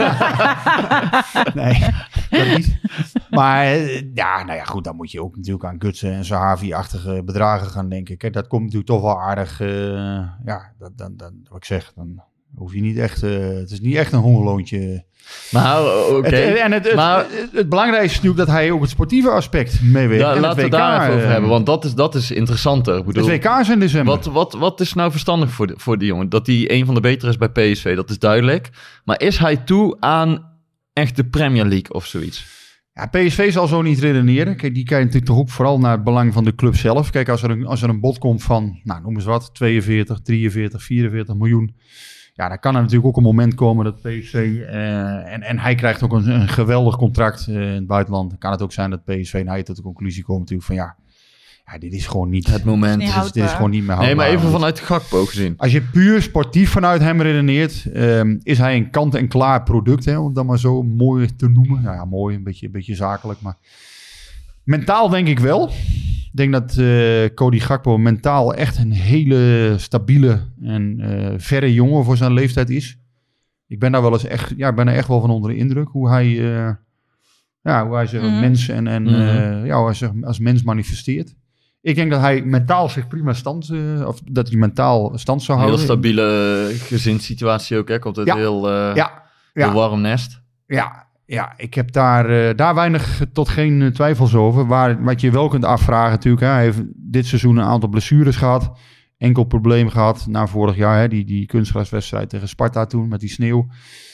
nee, dat niet. Maar uh, ja, nou ja, goed, dan moet je ook natuurlijk aan Gutsen en Sahavi-achtige bedragen gaan denken. Kijk, dat komt natuurlijk toch wel aardig, uh, ja, dat, dan, dan, wat ik zeg, dan hoef je niet echt, uh, het is niet echt een hongerloontje. Maar oké. Okay. En het, het, maar... het, het, het belangrijkste is natuurlijk dat hij ook het sportieve aspect meeweegt. Ja, en laten het we W K, daar even over uh, hebben, want dat is, dat is interessanter. Ik bedoel, het W K is in december. Wat, wat, wat is nou verstandig voor, de, voor die jongen? Dat hij een van de betere is bij P S V, dat is duidelijk. Maar is hij toe aan echt de Premier League of zoiets? Ja, P S V zal zo niet redeneren. Kijk, die kijkt natuurlijk toch ook vooral naar het belang van de club zelf. Kijk, als er een, als er een bod komt van, nou, noem eens wat, tweeënveertig, drieënveertig, vierenveertig miljoen... Ja, dan kan er natuurlijk ook een moment komen dat P S V... Uh, en, en hij krijgt ook een, een geweldig contract uh, in het buitenland. Dan kan het ook zijn dat P S V naar tot de conclusie komt natuurlijk van... ja, Ja, dit is gewoon niet het moment. Dit is, dit is, dit is gewoon niet meer houdbaar. Nee, maar even want, vanuit Gakpo gezien. Als je puur sportief vanuit hem redeneert, um, is hij een kant-en-klaar product, hè, om het dan maar zo mooi te noemen. Nou ja, mooi, een beetje, een beetje zakelijk, maar mentaal denk ik wel. Ik denk dat uh, Cody Gakpo mentaal echt een hele stabiele en uh, verre jongen voor zijn leeftijd is. Ik ben daar wel eens echt, ja, ik ben er echt wel van onder de indruk hoe hij, uh, ja, hoe hij zich mm. mens en, en mm. uh, ja, hoe hij zich als mens manifesteert. Ik denk dat hij mentaal zich prima stand, uh, of dat hij mentaal stand zou houden. Heel stabiele gezinssituatie ook, hè? Komt het ja. heel, uh, ja. heel ja. warm nest. Ja. Ja, ik heb daar, uh, daar weinig tot geen uh, twijfels over. Waar, wat je wel kunt afvragen natuurlijk. Hè, hij heeft dit seizoen een aantal blessures gehad. Enkel probleem gehad na vorig jaar. Hè, die, die kunstgraswedstrijd tegen Sparta toen met die sneeuw.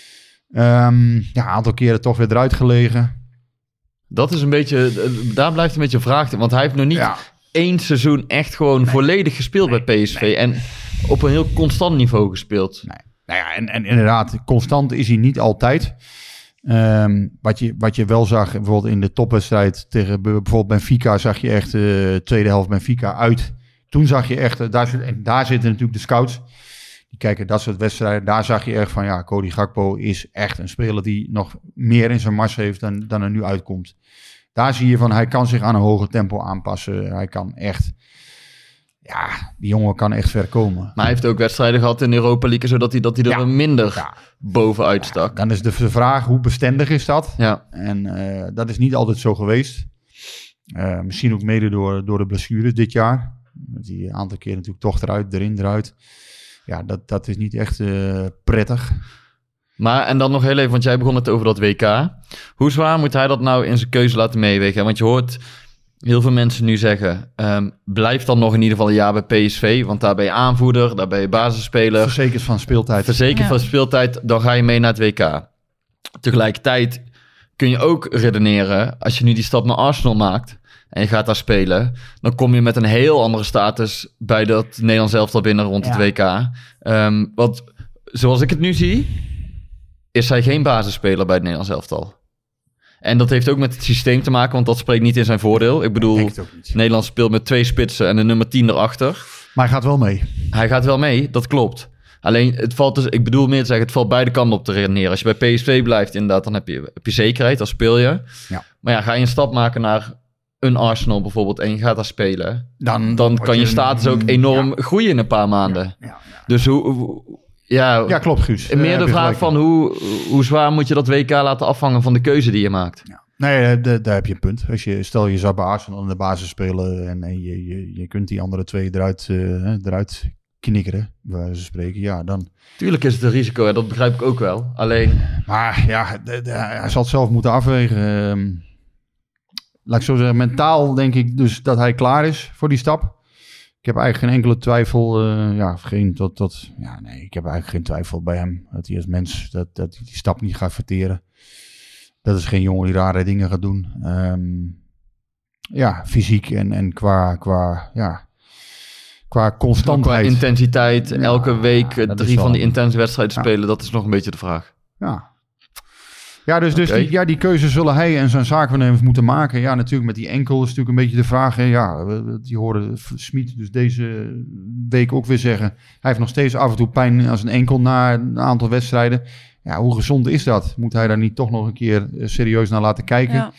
Um, ja, een aantal keren toch weer eruit gelegen. Dat is een beetje, daar blijft een beetje een vraag. Want hij heeft nog niet ja. één seizoen echt gewoon nee. volledig gespeeld nee. bij P S V. Nee. En op een heel constant niveau gespeeld. Nee. Nou ja, en, en inderdaad, constant is hij niet altijd. Um, wat, je, wat je wel zag, bijvoorbeeld in de topwedstrijd tegen bijvoorbeeld Benfica, zag je echt de uh, tweede helft Benfica uit. Toen zag je echt, uh, daar, zit, en daar zitten natuurlijk de scouts. Die kijken dat soort wedstrijden. Daar zag je echt van, ja, Cody Gakpo is echt een speler die nog meer in zijn mars heeft dan, dan er nu uitkomt. Daar zie je van, hij kan zich aan een hoger tempo aanpassen. Hij kan echt, ja, die jongen kan echt ver komen. Maar hij heeft ook wedstrijden gehad in Europa League, zodat hij, dat hij er ja. minder ja. bovenuit stak. Ja, dan is de vraag, hoe bestendig is dat? Ja. En uh, dat is niet altijd zo geweest. Uh, misschien ook mede door, door de blessures dit jaar. Die aantal keer natuurlijk toch eruit, erin, eruit. Ja, dat, dat is niet echt uh, prettig. Maar, en dan nog heel even, want jij begon het over dat W K. Hoe zwaar moet hij dat nou in zijn keuze laten meewegen? Want je hoort heel veel mensen nu zeggen, um, blijf dan nog in ieder geval een jaar bij P S V, want daar ben je aanvoerder, daar ben je basisspeler. Verzekerd van speeltijd. Verzekerd ja. van speeltijd, dan ga je mee naar het W K. Tegelijkertijd kun je ook redeneren, als je nu die stap naar Arsenal maakt en je gaat daar spelen, dan kom je met een heel andere status bij dat Nederlands elftal binnen rond ja. het W K. Um, want zoals ik het nu zie, is hij geen basisspeler bij het Nederlands elftal. En dat heeft ook met het systeem te maken, want dat spreekt niet in zijn voordeel. Ik bedoel, ik Nederland speelt met twee spitsen en een nummer tien erachter. Maar hij gaat wel mee. Hij gaat wel mee, dat klopt. Alleen, het valt dus, ik bedoel meer te zeggen, het valt beide kanten op te redeneren. Als je bij P S V blijft, inderdaad, dan heb je, heb je zekerheid, dan speel je. Ja. Maar ja, ga je een stap maken naar een Arsenal bijvoorbeeld en je gaat daar spelen, dan, dan kan je, je status een, ook enorm ja. groeien in een paar maanden. Ja, ja, ja. Dus hoe... hoe Ja, ja, klopt, Guus. Meer de vraag van hoe, hoe zwaar moet je dat W K laten afhangen van de keuze die je maakt? Ja. Nee, de, daar heb je een punt. Als je, stel je zou bij Arsenal in de basis spelen en, en je, je, je kunt die andere twee eruit, uh, eruit knikkeren, waar ze spreken, ja, dan... Tuurlijk is het een risico, hè, dat begrijp ik ook wel. Alleen... Maar ja, de, de, hij zal het zelf moeten afwegen. Um, laat ik zo zeggen, mentaal denk ik dus dat hij klaar is voor die stap. Ik heb eigenlijk geen enkele twijfel, uh, ja, geen tot, tot, ja, nee, ik heb eigenlijk geen twijfel bij hem. Dat hij als mens, dat, dat hij die stap niet gaat verteren. Dat is geen jongen die rare dingen gaat doen. Um, ja, fysiek en, en qua, qua, ja, qua constantheid. Qua intensiteit, ja, elke week ja, drie van die intense wedstrijden ja. spelen, dat is nog een beetje de vraag. Ja. Ja, dus, dus okay. die, ja, die keuze zullen hij en zijn zaakwaarnemers moeten maken. Ja, natuurlijk met die enkel is natuurlijk een beetje de vraag. Hè. Ja, die hoorde Smit dus deze week ook weer zeggen. Hij heeft nog steeds af en toe pijn aan zijn enkel na een aantal wedstrijden. Ja, hoe gezond is dat? Moet hij daar niet toch nog een keer serieus naar laten kijken? Ja,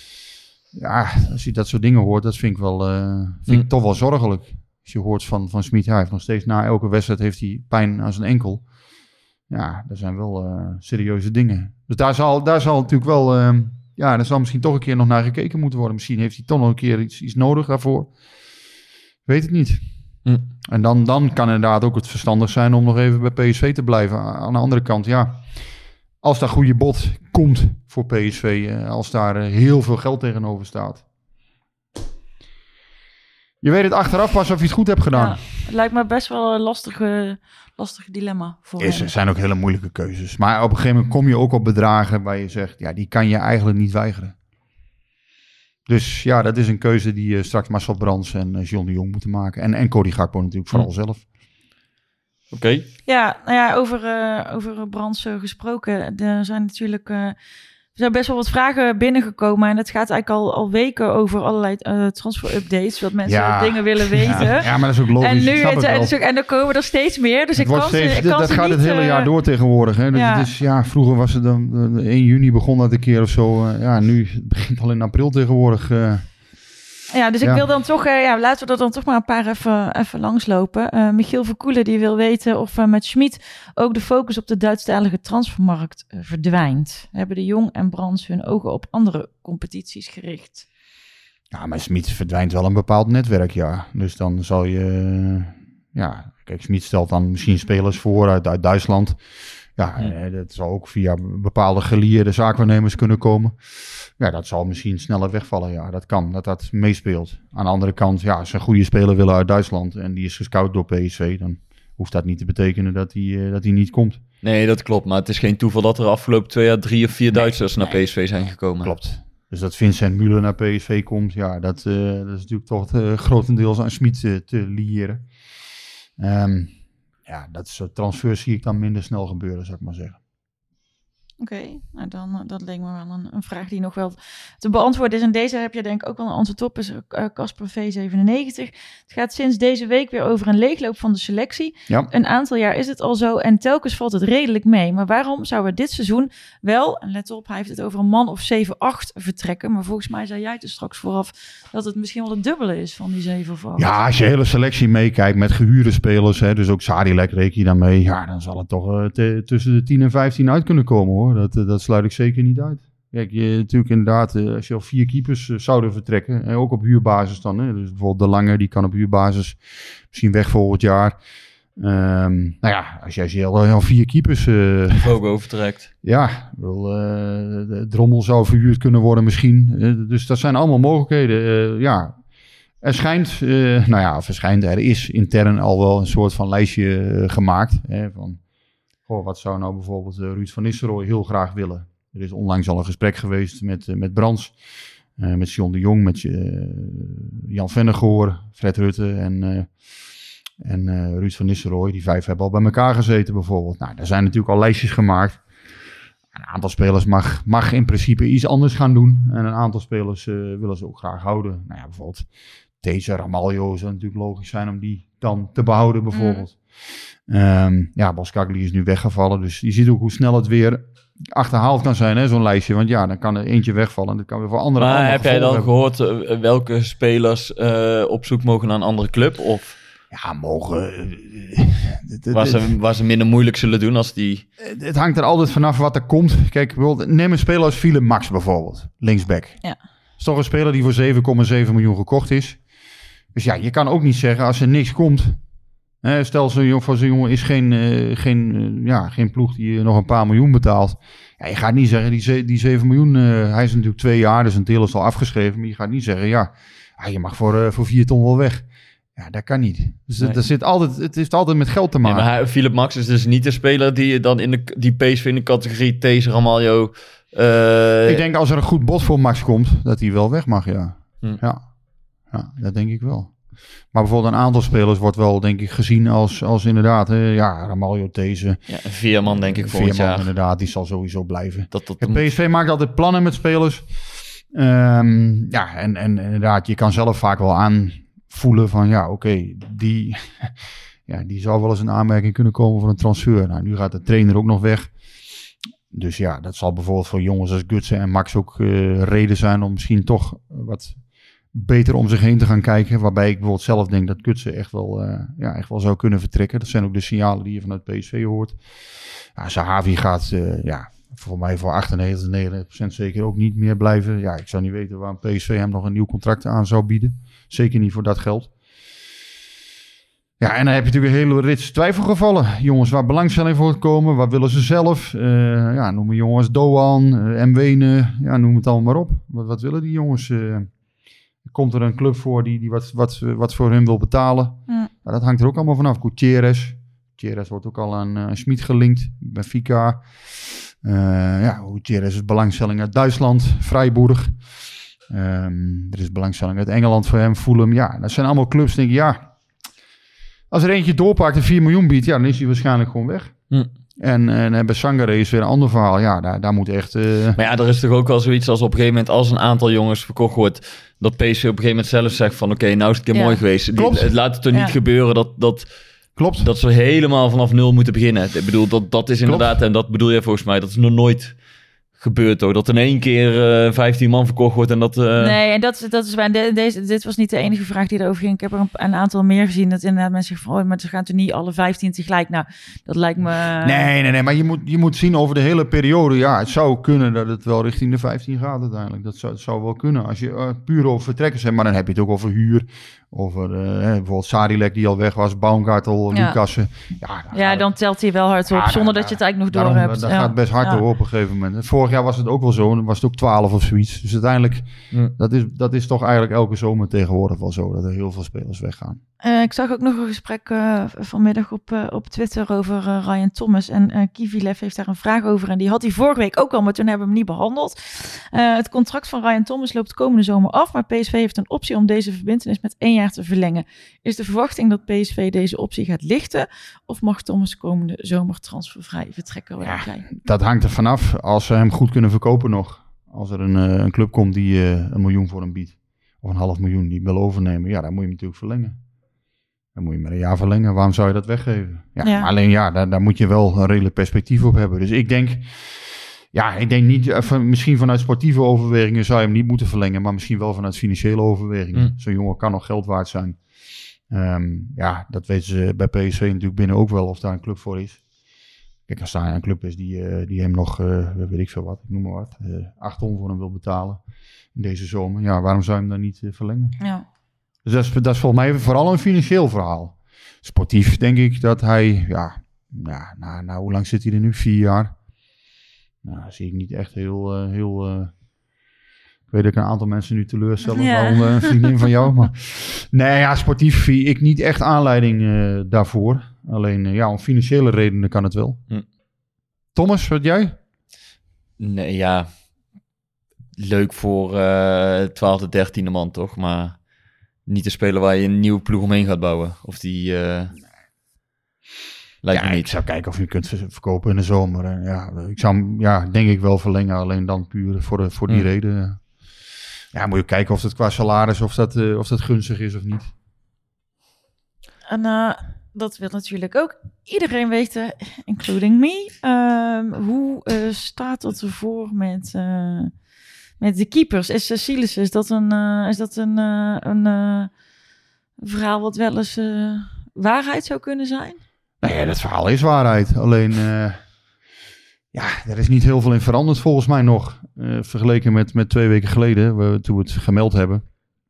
ja als je dat soort dingen hoort, dat vind ik wel, uh, vind mm. ik toch wel zorgelijk. Als je hoort van, van Smit, ja, hij heeft nog steeds na elke wedstrijd heeft hij pijn aan zijn enkel. Ja, dat zijn wel uh, serieuze dingen. Dus daar zal, daar zal natuurlijk wel... Uh, ja, daar zal misschien toch een keer nog naar gekeken moeten worden. Misschien heeft hij toch nog een keer iets, iets nodig daarvoor. Weet het niet. Hm. En dan, dan kan inderdaad ook het verstandig zijn om nog even bij P S V te blijven. Aan de andere kant, ja... Als daar goede bod komt voor P S V... Uh, als daar uh, heel veel geld tegenover staat... Je weet het achteraf pas of je het goed hebt gedaan. Ja, het lijkt me best wel een lastige, lastige dilemma voor hem. Er zijn ook hele moeilijke keuzes. Maar op een gegeven moment kom je ook op bedragen waar je zegt... ja, die kan je eigenlijk niet weigeren. Dus ja, dat is een keuze die uh, straks Marcel Brands en uh, John de Jong moeten maken. En, en Cody Gakpo natuurlijk vooral hm. zelf. Oké. Okay. Ja, nou ja, over, uh, over Brands uh, gesproken. Er zijn natuurlijk... Uh, zijn best wel wat vragen binnengekomen. En het gaat eigenlijk al, al weken over allerlei uh, transfer-updates. Dat mensen ja. dingen willen weten. Ja, ja, maar dat is ook logisch. En, nu het, het is ook, en dan komen er steeds meer. Dus het ik kan steeds, ze, ik kan dat ze gaat niet, het hele jaar door tegenwoordig. Hè? Dus ja. Het is, ja, vroeger was het dan uh, één juni begon dat een keer of zo. Uh, ja, nu het begint al in april tegenwoordig. Uh, Ja, dus ik ja. wil dan toch, uh, ja, laten we er dan toch maar een paar even, even langslopen. Uh, Michiel Verkoelen die wil weten of uh, met Schmid ook de focus op de Duitsstalige transfermarkt uh, verdwijnt. Hebben de Jong en Brands hun ogen op andere competities gericht? Ja, maar Schmid verdwijnt wel een bepaald netwerk, ja. Dus dan zal je, uh, ja, kijk, Schmid stelt dan misschien spelers voor uit, uit Duitsland. Ja, ja. Dat zal ook via bepaalde gelieerde zaakwaarnemers kunnen komen. Ja, dat zal misschien sneller wegvallen. Ja, dat kan, dat dat meespeelt. Aan de andere kant, ja, als ze een goede speler willen uit Duitsland en die is gescout door P S V, dan hoeft dat niet te betekenen dat hij uh, dat hij niet komt. Nee, dat klopt. Maar het is geen toeval dat er afgelopen twee jaar drie of vier nee, Duitsers nee, naar P S V zijn gekomen. Klopt. Dus dat Vincent Müller naar P S V komt, ja, dat, uh, dat is natuurlijk toch uh, grotendeels aan Schmid uh, te liëren. Um, ja, dat soort transfers zie ik dan minder snel gebeuren, zou ik maar zeggen. Oké, okay, nou dan dat leek me wel een, een vraag die nog wel te beantwoorden is. En deze heb je denk ik ook wel een antwoord op, is Casper uh, V zevenennegentig. Het gaat sinds deze week weer over een leegloop van de selectie. Ja. Een aantal jaar is het al zo en telkens valt het redelijk mee. Maar waarom zouden we dit seizoen wel, en let op, hij heeft het over een man of zeven, acht vertrekken. Maar volgens mij zei jij het er straks vooraf dat het misschien wel het dubbele is van die zeven of acht. Ja, als je hele selectie meekijkt met gehuurde spelers, hè, dus ook Sadilek reken je dan mee. Ja, dan zal het toch uh, te, tussen de tien en vijftien uit kunnen komen hoor. Dat, dat sluit ik zeker niet uit. Kijk, je, natuurlijk inderdaad, als je al vier keepers uh, zouden vertrekken, en ook op huurbasis dan, hè, dus bijvoorbeeld De Lange, die kan op huurbasis misschien weg volgend jaar. Um, nou ja, als jij al, al vier keepers... Uh, Fogo vertrekt. Ja, wel, uh, de Drommel zou verhuurd kunnen worden misschien. Uh, dus dat zijn allemaal mogelijkheden. Uh, ja, er schijnt, uh, nou ja, of er schijnt, er is intern al wel een soort van lijstje uh, gemaakt, hè, van... Oh, wat zou nou bijvoorbeeld uh, Ruud van Nistelrooy heel graag willen? Er is onlangs al een gesprek geweest met, uh, met Brands, uh, met John de Jong, met uh, Jan Vennegoor, Fred Rutte en, uh, en uh, Ruud van Nistelrooy. Die vijf hebben al bij elkaar gezeten bijvoorbeeld. Nou, daar zijn natuurlijk al lijstjes gemaakt. Een aantal spelers mag, mag in principe iets anders gaan doen. En een aantal spelers uh, willen ze ook graag houden. Nou ja, bijvoorbeeld deze Ramaljo zou natuurlijk logisch zijn om die dan te behouden bijvoorbeeld. Mm. Um, ja, Boskagli is nu weggevallen, dus je ziet ook hoe snel het weer achterhaald kan zijn, hè, zo'n lijstje. Want ja, dan kan er eentje wegvallen en dat kan weer voor andere... Maar heb jij dan hebben. gehoord uh, welke spelers uh, op zoek mogen naar een andere club? Of ja, mogen... Uh, waar, ze, waar ze minder moeilijk zullen doen als die... Het hangt er altijd vanaf wat er komt. Kijk, neem een speler als Philip Max bijvoorbeeld, linksback. Ja. Dat is toch een speler die voor zeven komma zeven miljoen gekocht is. Dus ja, je kan ook niet zeggen als er niks komt... Uh, stel, zo'n, voor zo'n jongen is geen, uh, geen, uh, ja, geen ploeg die je nog een paar miljoen betaalt. Ja, je gaat niet zeggen, die, ze, die zeven miljoen, uh, hij is natuurlijk twee jaar, dus een deel is al afgeschreven. Maar je gaat niet zeggen, ja, ah, je mag voor, uh, voor vier ton wel weg. Ja, dat kan niet. Dus nee. dat zit altijd, het heeft altijd met geld te maken. Nee, maar hij, Philip Max is dus niet de speler die je dan in de die P S V in de categorie These Ramaljo... Uh... Ik denk als er een goed bod voor Max komt, dat hij wel weg mag, ja. Hm. Ja. Ja, dat denk ik wel. Maar bijvoorbeeld een aantal spelers wordt wel, denk ik, gezien als, als inderdaad, hè, ja, Ramaljo, These. Ja, een Veerman, denk ik, volgend jaar. Inderdaad, die zal sowieso blijven. Dat, dat, P S V maakt altijd plannen met spelers. Um, ja, en, en inderdaad, je kan zelf vaak wel aanvoelen van, ja, oké, okay, die, ja, die zou wel eens een aanmerking kunnen komen voor een transfer. Nou, nu gaat de trainer ook nog weg. Dus ja, dat zal bijvoorbeeld voor jongens als Gutsen en Max ook uh, reden zijn om misschien toch wat... beter om zich heen te gaan kijken. Waarbij ik bijvoorbeeld zelf denk dat Gutsen echt wel, uh, ja, echt wel zou kunnen vertrekken. Dat zijn ook de signalen die je vanuit P S V hoort. Ja, Zahavi gaat uh, ja, voor mij voor achtennegentig, negenennegentig procent zeker ook niet meer blijven. Ja, ik zou niet weten waarom P S V hem nog een nieuw contract aan zou bieden. Zeker niet voor dat geld. Ja, en dan heb je natuurlijk een hele rits twijfelgevallen. Jongens waar belangstelling voor het komen. Wat willen ze zelf? Uh, ja, noem maar jongens Doan, uh, Mwene. Ja, noem het allemaal maar op. Wat, wat willen die jongens? Uh, Komt er een club voor die, die wat, wat, wat voor hun wil betalen? Ja. Nou, dat hangt er ook allemaal vanaf. Gutierrez. Gutierrez wordt ook al aan uh, Schmid gelinkt. Benfica. Uh, ja, Gutierrez is belangstelling uit Duitsland. Freiburg. Um, er is belangstelling uit Engeland voor hem. Fulham. Ja, dat zijn allemaal clubs. Denk ik, ja, als er eentje doorpakt en vier miljoen biedt, ja, dan is hij waarschijnlijk gewoon weg. Hm. En, en bij Sangaré is weer een ander verhaal. Ja, daar, daar moet echt... Uh... Maar ja, er is toch ook wel zoiets als op een gegeven moment... als een aantal jongens verkocht wordt... dat P S V op een gegeven moment zelf zegt van... oké, okay, nou is het een keer ja. mooi geweest. Klopt. Die, laat het er ja. niet gebeuren dat... dat Klopt. Dat ze helemaal vanaf nul moeten beginnen. Ik bedoel, dat, dat is inderdaad... Klopt. En dat bedoel je volgens mij... dat is nog nooit... gebeurt ook. Dat in één keer uh, vijftien man verkocht wordt en dat... Uh... Nee, en dat, dat is bij de, deze... Dit was niet de enige vraag die erover ging. Ik heb er een, een aantal meer gezien. Dat inderdaad mensen zeggen van... oh, maar ze gaan toch niet alle vijftien tegelijk. Nou, dat lijkt me... Nee, nee, nee. Maar je moet, je moet zien over de hele periode. Ja, het zou kunnen dat het wel richting de vijftien gaat uiteindelijk. Dat zou, dat zou wel kunnen. Als je uh, puur over vertrekkers hebt. Maar dan heb je het ook over huur. Over uh, bijvoorbeeld Sadilek die al weg was. Baumgartel, ja. Lucassen. Ja, dan, ja, dan telt hij wel hard op. Ja, zonder dan, dat je het eigenlijk nog door daarom, hebt. Dat ja. gaat best hard ja. op een gegeven moment. Vorig jaar was het ook wel zo. Dan was het ook twaalf of zoiets. Dus uiteindelijk, ja. dat, is, dat is toch eigenlijk elke zomer tegenwoordig wel zo. Dat er heel veel spelers weggaan. Uh, ik zag ook nog een gesprek uh, vanmiddag op, uh, op Twitter over uh, Ryan Thomas. En uh, Kivilev heeft daar een vraag over. En die had hij vorige week ook al, maar toen hebben we hem niet behandeld. Uh, het contract van Ryan Thomas loopt komende zomer af. Maar P S V heeft een optie om deze verbintenis met één jaar te verlengen. Is de verwachting dat P S V deze optie gaat lichten? Of mag Thomas komende zomer transfervrij vertrekken? Ja, dat hangt er vanaf. Als ze hem goed kunnen verkopen nog. Als er een, uh, een club komt die uh, een miljoen voor hem biedt. Of een half miljoen die wil overnemen. Ja, dan moet je hem natuurlijk verlengen. Dan moet je met een jaar verlengen. Waarom zou je dat weggeven? Ja, ja. Maar alleen ja, daar, daar moet je wel een redelijk perspectief op hebben. Dus ik denk... Ja, ik denk niet... Uh, misschien vanuit sportieve overwegingen zou je hem niet moeten verlengen. Maar misschien wel vanuit financiële overwegingen. Mm. Zo'n jongen kan nog geld waard zijn. Um, ja, dat weten ze bij P S V natuurlijk binnen ook wel of daar een club voor is. Kijk, als daar een club is die, uh, die hem nog, uh, weet ik veel wat, ik noem maar wat, uh, acht ton voor hem wil betalen in deze zomer. Ja, waarom zou je hem dan niet uh, verlengen? Ja. Dus dat is, dat is volgens mij vooral een financieel verhaal. Sportief denk ik dat hij, ja, ja nou, nou hoe lang zit hij er nu? Vier jaar. Nou, zie ik niet echt heel, uh, heel... Uh, ik weet dat ik een aantal mensen nu teleurstellen, ja. Waaronder een vriendin van jou. Maar nee, ja, sportief zie ik niet echt aanleiding uh, daarvoor. Alleen, uh, ja, om financiële redenen kan het wel. Hm. Thomas, wat jij? Nee, ja, leuk voor uh, twaalfde, dertiende man toch, maar niet te spelen waar je een nieuwe ploeg omheen gaat bouwen. Of die... Uh... Lijkt ja, me niet. Ik zou kijken of je kunt verkopen in de zomer. En ja, ik zou hem, ja, denk ik wel verlengen. Alleen dan puur voor, de, voor die mm. reden. Ja, moet je kijken of het qua salaris of dat, uh, of dat gunstig is of niet. En uh, dat wil natuurlijk ook iedereen weten, including me. Uh, hoe uh, staat het ervoor met, uh, met de keepers? Is Cecilis, is dat een, uh, is dat een, uh, een uh, verhaal wat wel eens uh, waarheid zou kunnen zijn? Nou ja, dat verhaal is waarheid. Alleen, uh, ja, er is niet heel veel in veranderd volgens mij nog. Uh, vergeleken met, met twee weken geleden, we, toen we het gemeld hebben.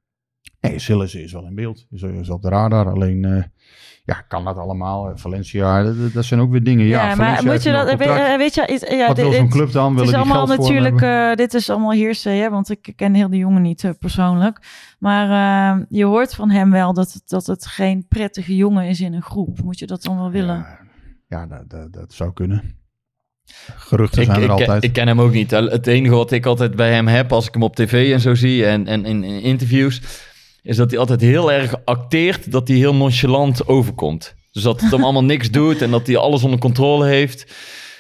Nee, Sillissen is wel in beeld. Is, is op de radar. Alleen, uh, ja, kan dat allemaal? Valencia, dat, dat zijn ook weer dingen. Ja, ja maar moet je dat, weet, weet je... Is, ja, wat dit, wil zo'n club dan? Het is die allemaal geld natuurlijk... Uh, dit is allemaal heersen, hè, want ik ken heel de jongen niet uh, persoonlijk. Maar uh, je hoort van hem wel dat het, dat het geen prettige jongen is in een groep. Moet je dat dan wel willen? Ja, ja dat, dat, dat zou kunnen. Geruchten zijn ik, er ik, altijd. Ik ken hem ook niet. Het enige wat ik altijd bij hem heb, als ik hem op tv en zo zie en, en in, in interviews, is dat hij altijd heel erg acteert dat hij heel nonchalant overkomt. Dus dat het hem allemaal niks doet en dat hij alles onder controle heeft.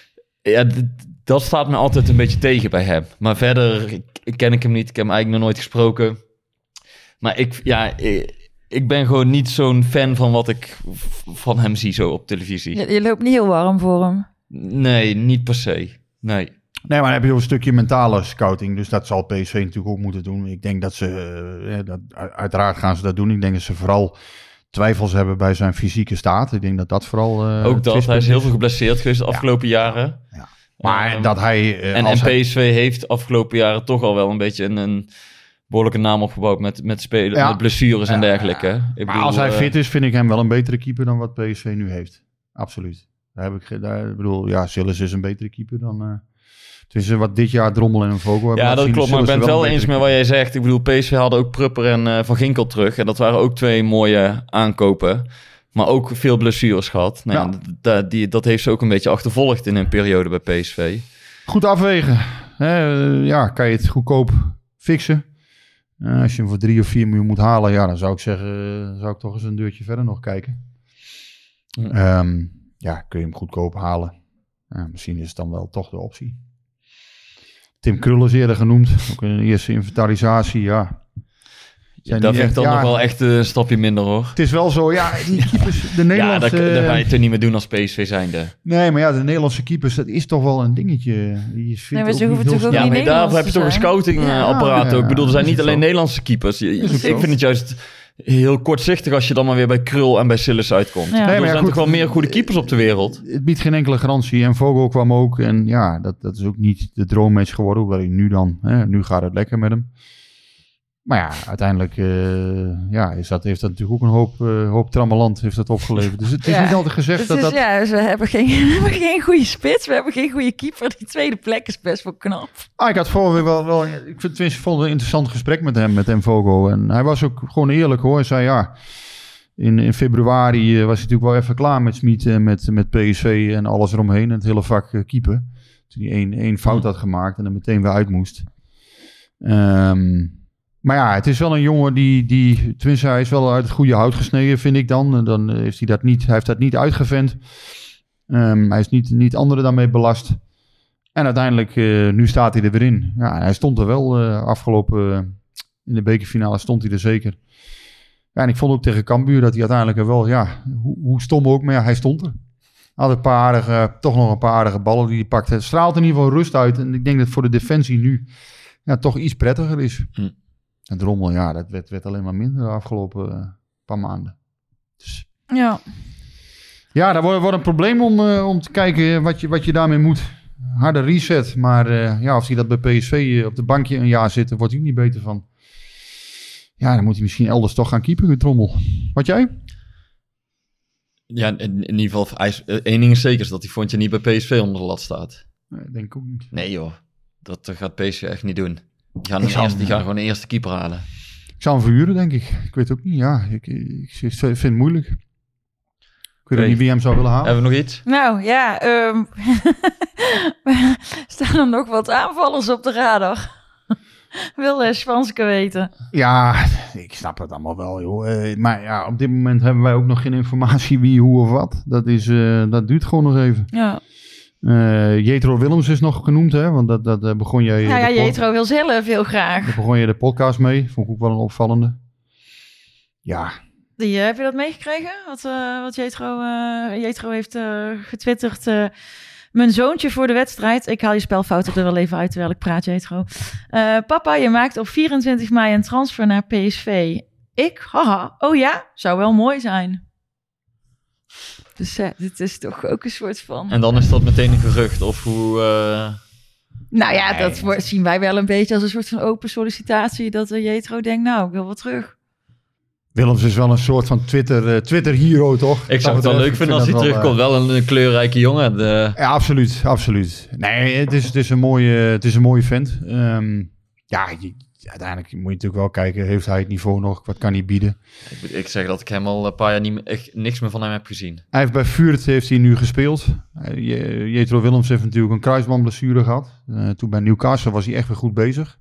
Ja, d- dat staat me altijd een beetje tegen bij hem. Maar verder ik, ken ik hem niet. Ik heb hem eigenlijk nog nooit gesproken. Maar ik, ja, ik, ik ben gewoon niet zo'n fan van wat ik van hem zie zo op televisie. Je, je loopt niet heel warm voor hem. Nee, niet per se. Nee. Nee, maar dan heb je ook een stukje mentale scouting. Dus dat zal P S V natuurlijk ook moeten doen. Ik denk dat ze, uh, dat, uiteraard gaan ze dat doen. Ik denk dat ze vooral twijfels hebben bij zijn fysieke staat. Ik denk dat dat vooral... Uh, ook dat, hij is heel veel geblesseerd geweest de afgelopen ja. jaren. Ja. Maar um, dat hij... Uh, en, en P S V hij... heeft de afgelopen jaren toch al wel een beetje een... een behoorlijke naam opgebouwd met, met spelen, ja. met blessures ja. en dergelijke. Ja. Ik maar bedoel, als hij uh, fit is, vind ik hem wel een betere keeper dan wat P S V nu heeft. Absoluut. Daar heb ik, daar, ik bedoel, ja, Sillissen is een betere keeper dan... Uh, het is wat dit jaar Drommel en een Vogel. Ja, dat klopt, maar ik ben het wel, wel eens met wat jij zegt. Ik bedoel, P S V hadden ook Prupper en uh, Van Ginkel terug. En dat waren ook twee mooie aankopen. Maar ook veel blessures gehad. Nou, ja. ja, d- die, dat heeft ze ook een beetje achtervolgd in een periode bij P S V. Goed afwegen. Hè, uh, ja, kan je het goedkoop fixen. Uh, als je hem voor drie of vier miljoen moet halen, ja, dan zou ik zeggen, uh, zou ik toch eens een deurtje verder nog kijken. Ja, um, ja kun je hem goedkoop halen. Ja, misschien is het dan wel toch de optie. Tim Krul is eerder genoemd. Ook in de eerste inventarisatie, ja. Ja, dat vind ik dan ja, nog wel echt een stapje minder, hoor. Het is wel zo, ja, die keepers, de Nederlandse... Ja, dat, dat ga je toch niet meer doen als P S V zijnde. Nee, maar ja, de Nederlandse keepers, dat is toch wel een dingetje. Die nee, maar ze hoeven toch ook ja, niet maar daarvoor heb je toch een scoutingapparaat ja, ook. Ik bedoel, er zijn niet alleen zo. Nederlandse keepers. Ik vind het juist heel kortzichtig als je dan maar weer bij Krul en bij Sillis uitkomt. Ja. Nee, er zijn goed, toch wel meer goede keepers op de wereld. Het biedt geen enkele garantie. En Vogel kwam ook. En ja, dat, dat is ook niet de droommatch geworden. Hoewel hij nu dan, hè, nu gaat het lekker met hem. Maar ja, uiteindelijk uh, ja, is dat, heeft dat natuurlijk ook een hoop, uh, hoop trammeland heeft dat opgeleverd. Dus het is ja, niet altijd gezegd het dat is, dat... Ja, dus we hebben geen, we hebben geen goede spits, we hebben geen goede keeper. Die tweede plek is best wel knap. Ah, ik had vorige week wel, wel ik vind, tenminste, vond het een interessant gesprek met hem, met Mvogo. En hij was ook gewoon eerlijk, hoor. Hij zei ja, in, in februari uh, was hij natuurlijk wel even klaar met Smit en met, met P S V en alles eromheen. En het hele vak uh, keeper. Toen hij één, één fout had gemaakt en er meteen weer uit moest. Um, Maar ja, het is wel een jongen die, die, tenminste hij is wel uit het goede hout gesneden, vind ik dan. Dan heeft hij dat niet, hij heeft dat niet uitgevent. Um, hij is niet, niet anderen daarmee belast. En uiteindelijk, uh, nu staat hij er weer in. Ja, hij stond er wel uh, afgelopen, uh, in de bekerfinale stond hij er zeker. Ja, en ik vond ook tegen Cambuur dat hij uiteindelijk er wel, ja, hoe, hoe stom ook, maar ja, hij stond er. Had een paar aardige, toch nog een paar aardige ballen die hij pakte. Het straalt in ieder geval rust uit. En ik denk dat voor de defensie nu ja, toch iets prettiger is. Hm. En Drommel, ja, dat werd, werd alleen maar minder de afgelopen uh, paar maanden. Dus, ja. Ja, dat wordt, wordt een probleem om, uh, om te kijken wat je, wat je daarmee moet. Harde reset. Maar uh, ja, als hij dat bij P S V uh, op de bankje een jaar zit, wordt hij niet beter van. Ja, dan moet hij misschien elders toch gaan keepen, Drommel. Wat jij? Ja, in, in ieder geval, hij is, uh, één ding is zeker, is dat hij vond je niet bij P S V onder de lat staat. Nee, denk ik ook niet. Nee joh, dat gaat P S V echt niet doen. Die gaan, eerst, die gaan gewoon een eerste keeper halen. Ik zou hem verhuren, denk ik. Ik weet ook niet. Ja, ik, ik, ik vind het moeilijk. Ik weet okay. niet wie hem zou willen halen. Hebben we nog iets? Nou ja, um, staan er nog wat aanvallers op de radar? Wil uh, Swanske weten. Ja, ik snap het allemaal wel, joh. Uh, maar ja, op dit moment hebben wij ook nog geen informatie wie, hoe of wat. Dat, is, uh, dat duurt gewoon nog even. Ja. Uh, Jetro Willems is nog genoemd, hè? Want dat, dat uh, begon jij... Nou ja, Jetro wil zelf heel graag. Daar begon je de podcast mee. Vond ik ook wel een opvallende. Ja. Die, uh, heb je dat meegekregen? Wat, uh, wat Jetro, uh, Jetro heeft uh, getwitterd. Uh, mijn zoontje voor de wedstrijd. Ik haal je spelfouten er wel even uit terwijl ik praat, Jetro. Uh, papa, je maakt op vierentwintig mei een transfer naar P S V. Ik? Haha. Oh ja? Zou wel mooi zijn. Dus uh, dit is toch ook een soort van... En dan is dat meteen een gerucht of hoe... Uh... Nou ja, nee. dat wordt, zien wij wel een beetje als een soort van open sollicitatie. Dat uh, Jetro denkt, nou, ik wil wel terug. Willems is wel een soort van Twitter, uh, Twitter hero, toch? Ik zou het wel leuk vinden als hij wel, terugkomt. Wel een, een kleurrijke jongen. De... Ja, absoluut, absoluut. Nee, het is, het is, een, mooie, het is een mooie vent. Um, ja, je, uiteindelijk moet je natuurlijk wel kijken, heeft hij het niveau nog? Wat kan hij bieden? Ik, ik zeg dat ik hem al een paar jaar niet, echt niks meer van hem heb gezien. Hij heeft bij Vuurt heeft hij nu gespeeld. Jetro Willems heeft natuurlijk een kruisbandblessure gehad. Uh, toen bij Newcastle was hij echt weer goed bezig.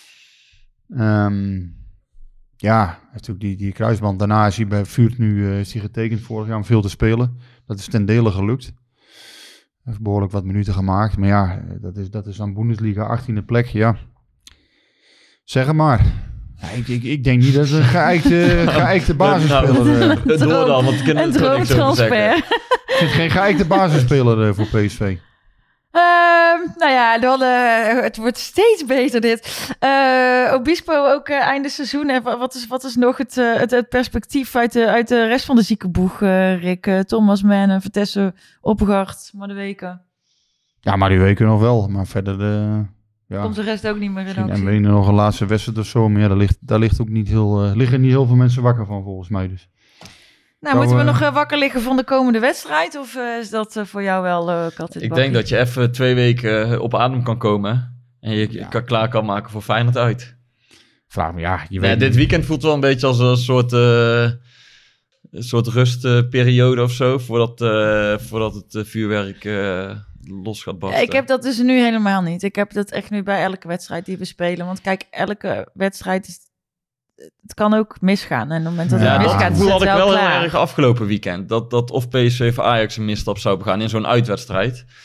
Um, ja, natuurlijk die, die kruisband. Daarna is hij bij Vuurt nu uh, is hij getekend vorig jaar om veel te spelen. Dat is ten dele gelukt. Hij heeft behoorlijk wat minuten gemaakt. Maar ja, dat is, dat is aan Bundesliga achttiende plek, ja. Zeg het maar. Ja, ik, ik, ik denk niet dat het een geëikte, geëikte basisspeler is. Nou, door dan, want ik kan het gewoon niks over zeggen. Het is geen geëikte basisspeler uh, voor P S V. Uh, nou ja, dan, uh, het wordt steeds beter dit. Uh, Obispo ook uh, einde seizoen. En wat is, wat is nog het, uh, het, het perspectief uit de, uit de rest van de ziekenboeg, uh, Rick? Uh, Thomas Mann, Vitesse, Oppegaard, Madueke. Ja, Madueke nog wel, maar verder... Uh... Ja. Komt de rest ook niet meer in actie. En alleen nog een laatste wedstrijd of zo. Maar ja, daar ligt, daar ligt ook niet heel, uh, liggen niet heel veel mensen wakker van, volgens mij. Dus. Nou, Zo, moeten we uh, nog uh, wakker liggen van de komende wedstrijd? Of uh, is dat uh, voor jou wel uh, kat in het Ik denk dat je even twee weken uh, op adem kan komen. En je ja. kan klaar kan maken voor Feyenoord uit. Vraag me, ja. Je nee, weet dit niet. Weekend voelt wel een beetje als een soort, uh, een soort rustperiode of zo. Voordat, uh, voordat het uh, vuurwerk... Uh, los gaat barsten. Ik heb dat dus nu helemaal niet. Ik heb dat echt nu bij elke wedstrijd die we spelen. Want kijk, elke wedstrijd is... Het kan ook misgaan. En op het moment dat ja, het misgaat, dat is het had ik wel klaar. heel erg afgelopen weekend. Dat, dat of P S V of Ajax een misstap zou begaan in zo'n uitwedstrijd.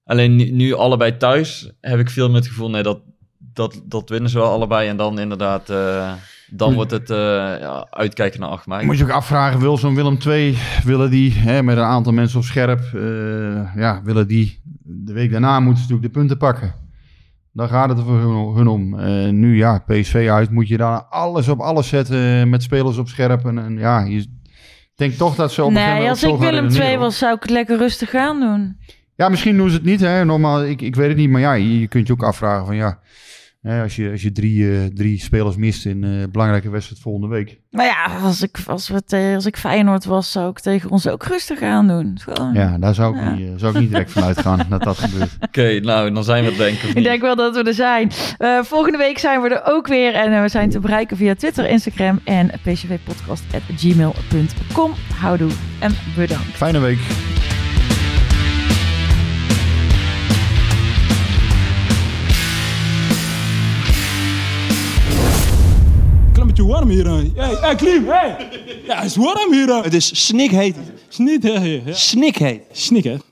Alleen nu, nu allebei thuis heb ik veel met het gevoel... nee, dat, dat, dat winnen ze wel allebei. En dan inderdaad... Uh, dan wordt het uh, ja, uitkijken naar acht mei. Moet je ook afvragen, wil zo'n Willem twee... willen die hè, met een aantal mensen op scherp... Uh, ja, willen die... de week daarna moeten ze natuurlijk de punten pakken. Dan gaat het er voor hun, hun om. Uh, nu ja, P S V uit moet je daar alles op alles zetten... met spelers op scherp. En, en ja, je denkt toch dat ze op een gegeven moment... Nee, als ik Willem twee was, zou ik het lekker rustig gaan doen. Ja, misschien doen ze het niet. Hè. Normaal, ik, ik weet het niet. Maar ja, je, je kunt je ook afvragen van ja... Hè, als je, als je drie, uh, drie spelers mist in een uh, belangrijke wedstrijd volgende week. Maar ja, als ik, als, we te, als ik Feyenoord was, zou ik tegen ons ook rustig aan doen. Gewoon. Ja, daar zou ik, ja. niet, uh, zou ik niet direct van uitgaan dat dat gebeurt. Oké, okay, nou, dan zijn we het denk ik. Ik denk wel dat we er zijn. Uh, volgende week zijn we er ook weer. En uh, we zijn te bereiken via Twitter, Instagram en p c v podcast at gmail punt com. Houdoe en bedankt. Fijne week. Het is warm hier. Hey, hey, Klim, hey. Ja, het is warm hier. Het is snikheet. Snikheet. Snikheet. Snikheet.